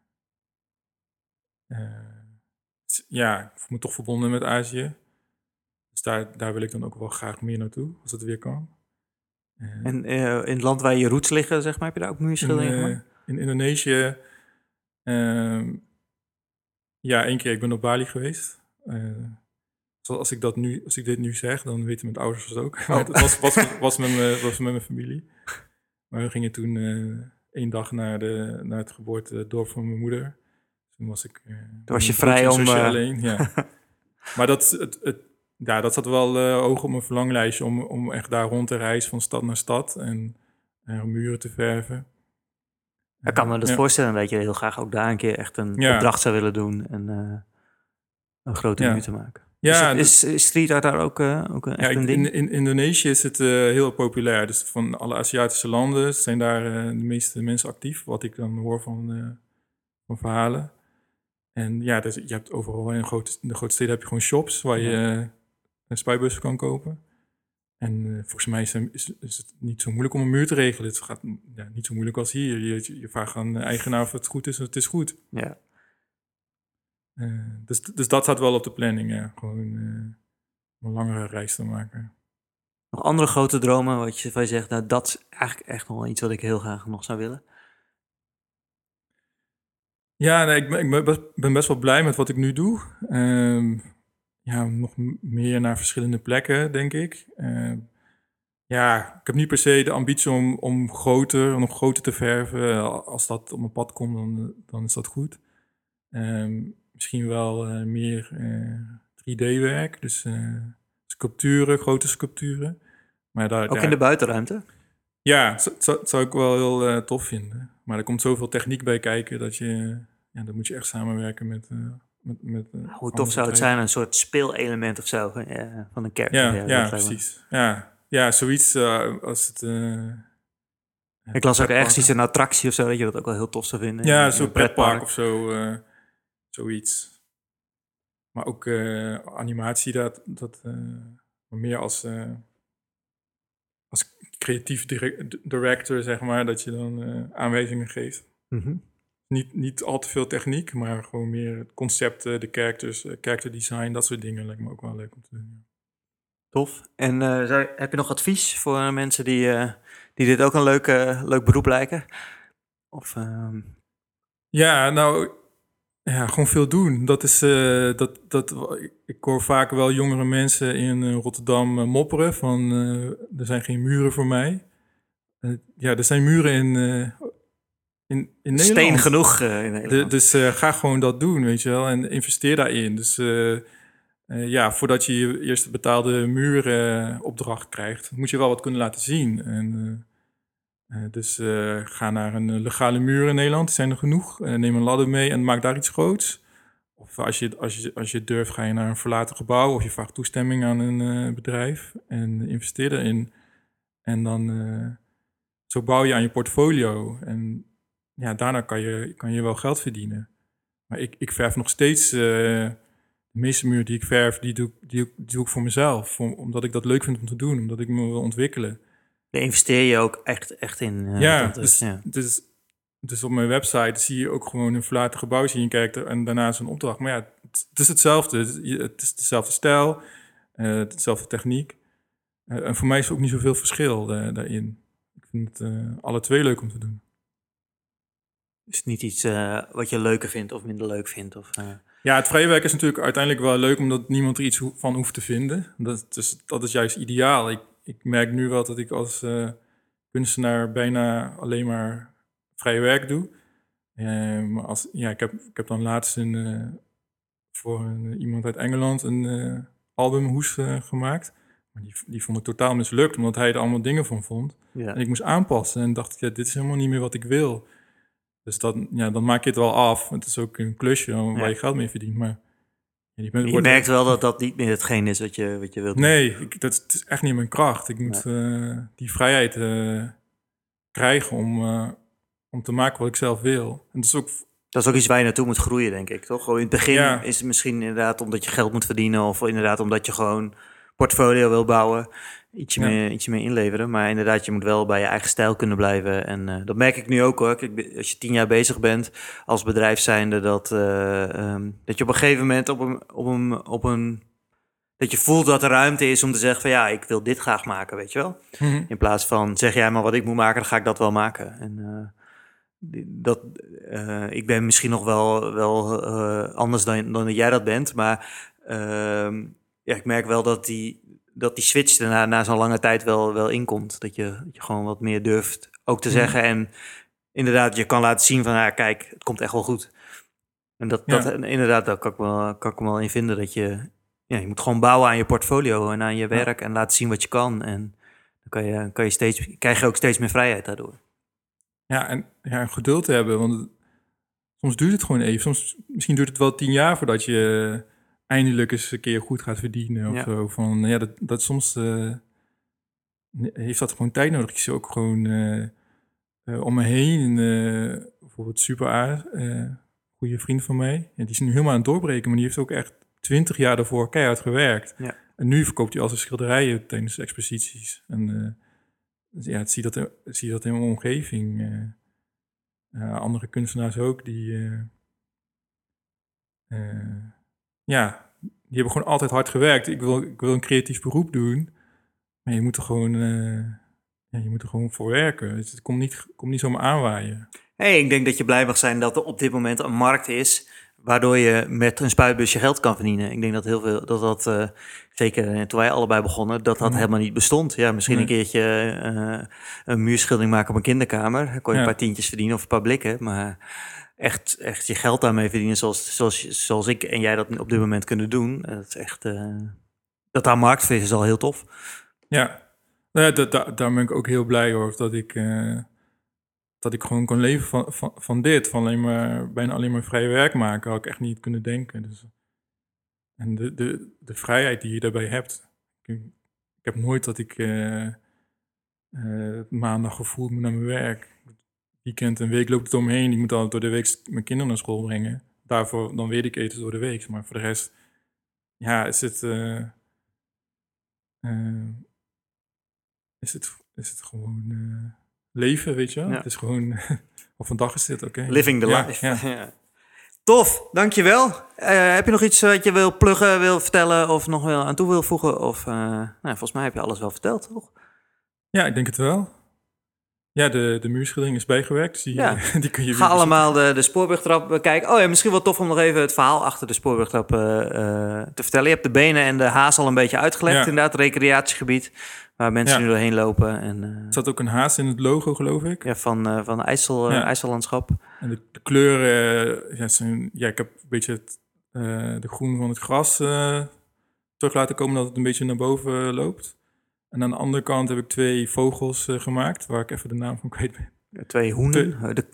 [SPEAKER 2] ik voel me toch verbonden met Azië. Dus daar wil ik dan ook wel graag meer naartoe, als het weer kan.
[SPEAKER 1] En in het land waar je roots liggen, zeg maar, heb je daar ook muurschilderingen gemaakt?
[SPEAKER 2] In Indonesië... één keer. Ik ben op Bali geweest. Als ik dit nu zeg, dan weten mijn ouders het ook. Maar het was met mijn familie. Maar we gingen toen 1 dag naar het geboortedorp van mijn moeder. Toen was ik...
[SPEAKER 1] Toen was je vrij om...
[SPEAKER 2] alleen, ja. Maar dat zat wel hoog op mijn verlanglijstje om echt daar rond te reizen van stad naar stad en muren te verven.
[SPEAKER 1] Ik kan me dat voorstellen dat je heel graag ook daar een keer echt een opdracht zou willen doen en een grote muur te maken.
[SPEAKER 2] Ja,
[SPEAKER 1] is street art daar ook echt een ding?
[SPEAKER 2] In Indonesië is het heel populair. Dus van alle Aziatische landen zijn daar de meeste mensen actief, wat ik dan hoor van verhalen. En ja, dus je hebt overal in de grote steden heb je gewoon shops waar je spuitbussen kan kopen. En volgens mij is het niet zo moeilijk om een muur te regelen. Het gaat niet zo moeilijk als hier. Je vraagt aan de eigenaar of het goed is, het is goed.
[SPEAKER 1] Ja.
[SPEAKER 2] Dus dat staat wel op de planning, ja. Gewoon een langere reis te maken.
[SPEAKER 1] Nog andere grote dromen waar je zegt, nou dat is eigenlijk echt nog wel iets wat ik heel graag nog zou willen?
[SPEAKER 2] Ja, nee, ik ben best wel blij met wat ik nu doe. nog meer naar verschillende plekken, denk ik. Ik heb niet per se de ambitie om nog groter te verven. Als dat op mijn pad komt, dan is dat goed. Misschien wel meer 3D-werk, dus sculpturen, grote sculpturen. Maar
[SPEAKER 1] Ook in de buitenruimte?
[SPEAKER 2] Ja, dat zou ik wel heel tof vinden. Maar er komt zoveel techniek bij kijken dat dan moet je echt samenwerken met
[SPEAKER 1] Hoe tof zou het zijn, een soort speelelement of zo van een kerk?
[SPEAKER 2] Ja, precies. Ja, zoiets als het...
[SPEAKER 1] ik las ook ergens iets, een attractie of zo, dat je dat ook wel heel tof zou vinden.
[SPEAKER 2] Ja, zo'n pretpark of zo, zoiets. Maar ook animatie, dat meer als creatief director, zeg maar, dat je dan aanwijzingen geeft.
[SPEAKER 1] Mm-hmm.
[SPEAKER 2] Niet al te veel techniek, maar gewoon meer het concept, de characters, character design, dat soort dingen lijkt me ook wel leuk om te doen.
[SPEAKER 1] Tof. En heb je nog advies voor mensen die dit ook een leuk beroep lijken? Of,
[SPEAKER 2] gewoon veel doen. Dat is, ik hoor vaak wel jongere mensen in Rotterdam mopperen van er zijn geen muren voor mij. Er zijn muren in Nederland.
[SPEAKER 1] Steen genoeg in Nederland.
[SPEAKER 2] Dus ga gewoon dat doen, weet je wel. En investeer daarin. Dus voordat je je eerste betaalde muuropdracht krijgt, moet je wel wat kunnen laten zien. En ga naar een legale muur in Nederland. Die zijn er genoeg. Neem een ladder mee en maak daar iets groots. Of als je durft, ga je naar een verlaten gebouw. Of je vraagt toestemming aan een bedrijf. En investeer erin. En dan zo bouw je aan je portfolio. En daarna kan je wel geld verdienen. Maar ik verf nog steeds... de meeste muren die ik verf, die doe ik voor mezelf. Omdat ik dat leuk vind om te doen. Omdat ik me wil ontwikkelen.
[SPEAKER 1] Daar investeer je ook echt in.
[SPEAKER 2] Dus op mijn website zie je ook gewoon een verlaten gebouw. Zie je kijkt en daarna is een opdracht. Maar ja, het is hetzelfde. Het is dezelfde stijl, dezelfde techniek. En voor mij is er ook niet zoveel verschil daarin. Ik vind het alle twee leuk om te doen.
[SPEAKER 1] Is het niet iets wat je leuker vindt of minder leuk vindt?
[SPEAKER 2] Ja, het vrije werk is natuurlijk uiteindelijk wel leuk, omdat niemand er iets van hoeft te vinden. Dat is juist ideaal. Ik merk nu wel dat ik als kunstenaar bijna alleen maar vrije werk doe. Maar ik heb dan laatst voor iemand uit Engeland een albumhoes gemaakt. Maar die vond ik totaal mislukt, omdat hij er allemaal dingen van vond.
[SPEAKER 1] Ja.
[SPEAKER 2] En ik moest aanpassen en dacht, dit is helemaal niet meer wat ik wil. Dus dan maak je het wel af. Het is ook een klusje waar je geld mee verdient. Maar
[SPEAKER 1] je merkt wel dat niet meer hetgeen is wat je wilt doen.
[SPEAKER 2] Nee, dat is echt niet mijn kracht. Ik moet die vrijheid krijgen om te maken wat ik zelf wil. En
[SPEAKER 1] dat is ook iets waar je naartoe moet groeien, denk ik, toch? In het begin is het misschien inderdaad omdat je geld moet verdienen... of inderdaad omdat je gewoon portfolio wil bouwen... ietsje meer inleveren. Maar inderdaad, je moet wel bij je eigen stijl kunnen blijven. En dat merk ik nu ook, hoor. Kijk, als je 10 jaar bezig bent als bedrijf zijnde... dat je op een gegeven moment dat je voelt dat er ruimte is om te zeggen van... ik wil dit graag maken, weet je wel?
[SPEAKER 2] Mm-hmm.
[SPEAKER 1] In plaats van, zeg jij maar wat ik moet maken, dan ga ik dat wel maken. En ik ben misschien nog wel anders dan jij dat bent. Maar ik merk wel dat die switch na zo'n lange tijd wel inkomt. Dat je gewoon wat meer durft ook te zeggen. En inderdaad, je kan laten zien van... kijk, het komt echt wel goed. En daar kan ik me wel in vinden dat je... je moet gewoon bouwen aan je portfolio en aan je werk... en laten zien wat je kan. En dan krijg je ook steeds meer vrijheid daardoor.
[SPEAKER 2] Ja, en geduld te hebben, want soms duurt het gewoon even. Misschien duurt het wel 10 jaar voordat je eindelijk eens een keer goed gaat verdienen of zo. Dat soms heeft dat gewoon tijd nodig. Ik zie ook gewoon om me heen, bijvoorbeeld Super A, goede vriend van mij. Ja, die is nu helemaal aan het doorbreken, maar die heeft ook echt 20 jaar daarvoor keihard gewerkt.
[SPEAKER 1] Ja.
[SPEAKER 2] En nu verkoopt hij al zijn schilderijen tijdens exposities. En zie dat in mijn omgeving. Andere kunstenaars ook, die hebben gewoon altijd hard gewerkt. Ik wil een creatief beroep doen, maar je moet er gewoon voor werken. Het komt niet zomaar aanwaaien.
[SPEAKER 1] Ik denk dat je blij mag zijn dat er op dit moment een markt is Waardoor je met een spuitbus je geld kan verdienen. Ik denk dat heel veel, dat zeker toen wij allebei begonnen, dat helemaal niet bestond. Ja, misschien een keertje een muurschildering maken op een kinderkamer. Dan kon je een paar tientjes verdienen of een paar blikken. Maar echt je geld daarmee verdienen zoals ik en jij dat op dit moment kunnen doen. Dat is echt, dat daar markt voor is al heel tof.
[SPEAKER 2] Ja, nou ja, daar ben ik ook heel blij hoor. Dat ik gewoon kon leven van dit. Van bijna alleen maar vrij werk maken. Had ik echt niet kunnen denken. Dus, en de vrijheid die je daarbij hebt. Ik heb nooit dat ik maandag gevoeld moet naar mijn werk. Weekend en week loopt het omheen. Ik moet altijd door de week mijn kinderen naar school brengen. Daarvoor dan weet ik eten door de week. Maar voor de rest, ja, is het gewoon leven, weet je wel? Ja. Het is gewoon, of een dag is dit, oké.
[SPEAKER 1] Living the life. Ja. Tof, dankjewel. Heb je nog iets wat je wil pluggen, wil vertellen of nog wel aan toe wil voegen? Of, volgens mij heb je alles wel verteld, toch?
[SPEAKER 2] Ja, ik denk het wel. Ja, de muurschildering is bijgewerkt. Die kun je
[SPEAKER 1] Ga allemaal de spoorbrugtrap bekijken. Oh ja, misschien wel tof om nog even het verhaal achter de spoorbrugtrap te vertellen. Je hebt de benen en de haas al een beetje uitgelegd. Ja. Inderdaad, recreatiegebied waar mensen nu doorheen lopen. Er
[SPEAKER 2] zat ook een haas in het logo, geloof ik.
[SPEAKER 1] Ja, van IJssellandschap.
[SPEAKER 2] En de kleuren, ik heb een beetje de groen van het gras terug laten komen, dat het een beetje naar boven loopt. En aan de andere kant heb ik 2 vogels gemaakt, waar ik even de naam van kwijt ben.
[SPEAKER 1] 2 hoenen?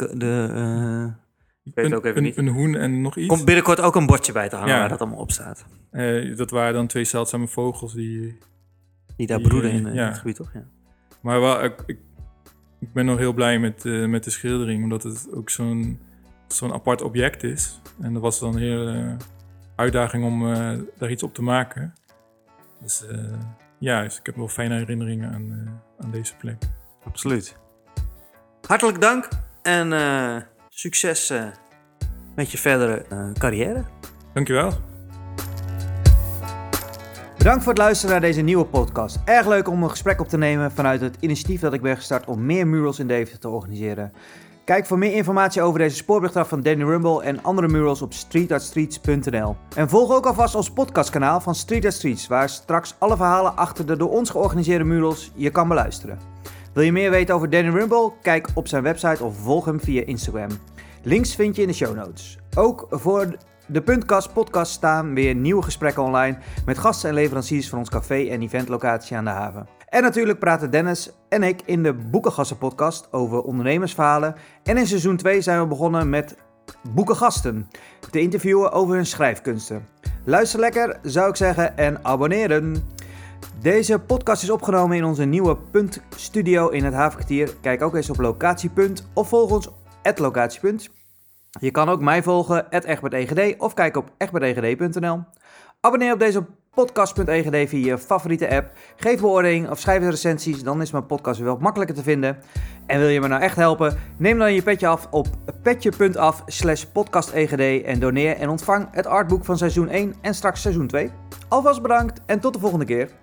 [SPEAKER 1] Ik weet het ook even niet.
[SPEAKER 2] Een hoen en nog iets.
[SPEAKER 1] Komt binnenkort ook een bordje bij te hangen waar dat allemaal op staat.
[SPEAKER 2] Dat waren dan 2 zeldzame vogels die
[SPEAKER 1] daar broeden in het gebied, toch? Ja.
[SPEAKER 2] Maar wel, ik ben nog heel blij met de schildering, omdat het ook zo'n apart object is. En dat was dan een hele uitdaging om daar iets op te maken. Dus dus ik heb wel fijne herinneringen aan deze plek.
[SPEAKER 1] Absoluut. Hartelijk dank en succes met je verdere carrière.
[SPEAKER 2] Dankjewel.
[SPEAKER 3] Bedankt voor het luisteren naar deze nieuwe podcast. Erg leuk om een gesprek op te nemen vanuit het initiatief dat ik ben gestart om meer murals in Deventer te organiseren. Kijk voor meer informatie over deze spoorbrugtrap van Danny Rumble en andere murals op streetartstreets.nl. En volg ook alvast ons podcastkanaal van Street Art Streets, waar straks alle verhalen achter de door ons georganiseerde murals je kan beluisteren. Wil je meer weten over Danny Rumble? Kijk op zijn website of volg hem via Instagram. Links vind je in de show notes. Ook voor de Puntkast podcast staan weer nieuwe gesprekken online met gasten en leveranciers van ons café en eventlocatie aan de haven. En natuurlijk praten Dennis en ik in de Boekengasten podcast over ondernemersverhalen. En in seizoen 2 zijn we begonnen met boekengasten te interviewen over hun schrijfkunsten. Luister lekker, zou ik zeggen, en abonneren. Deze podcast is opgenomen in onze nieuwe Punt studio in het Havenkwartier. Kijk ook eens op Locatiepunt of volg ons @Locatiepunt. Je kan ook mij volgen @EgbertEGD of kijk op egbertegd.nl. Abonneer op deze podcast.egd via je favoriete app. Geef beoordeling of schrijf recensies, dan is mijn podcast weer wat makkelijker te vinden. En wil je me nou echt helpen? Neem dan je petje af op petje.af/podcastegd en doneer en ontvang het artboek van seizoen 1 en straks seizoen 2. Alvast bedankt en tot de volgende keer.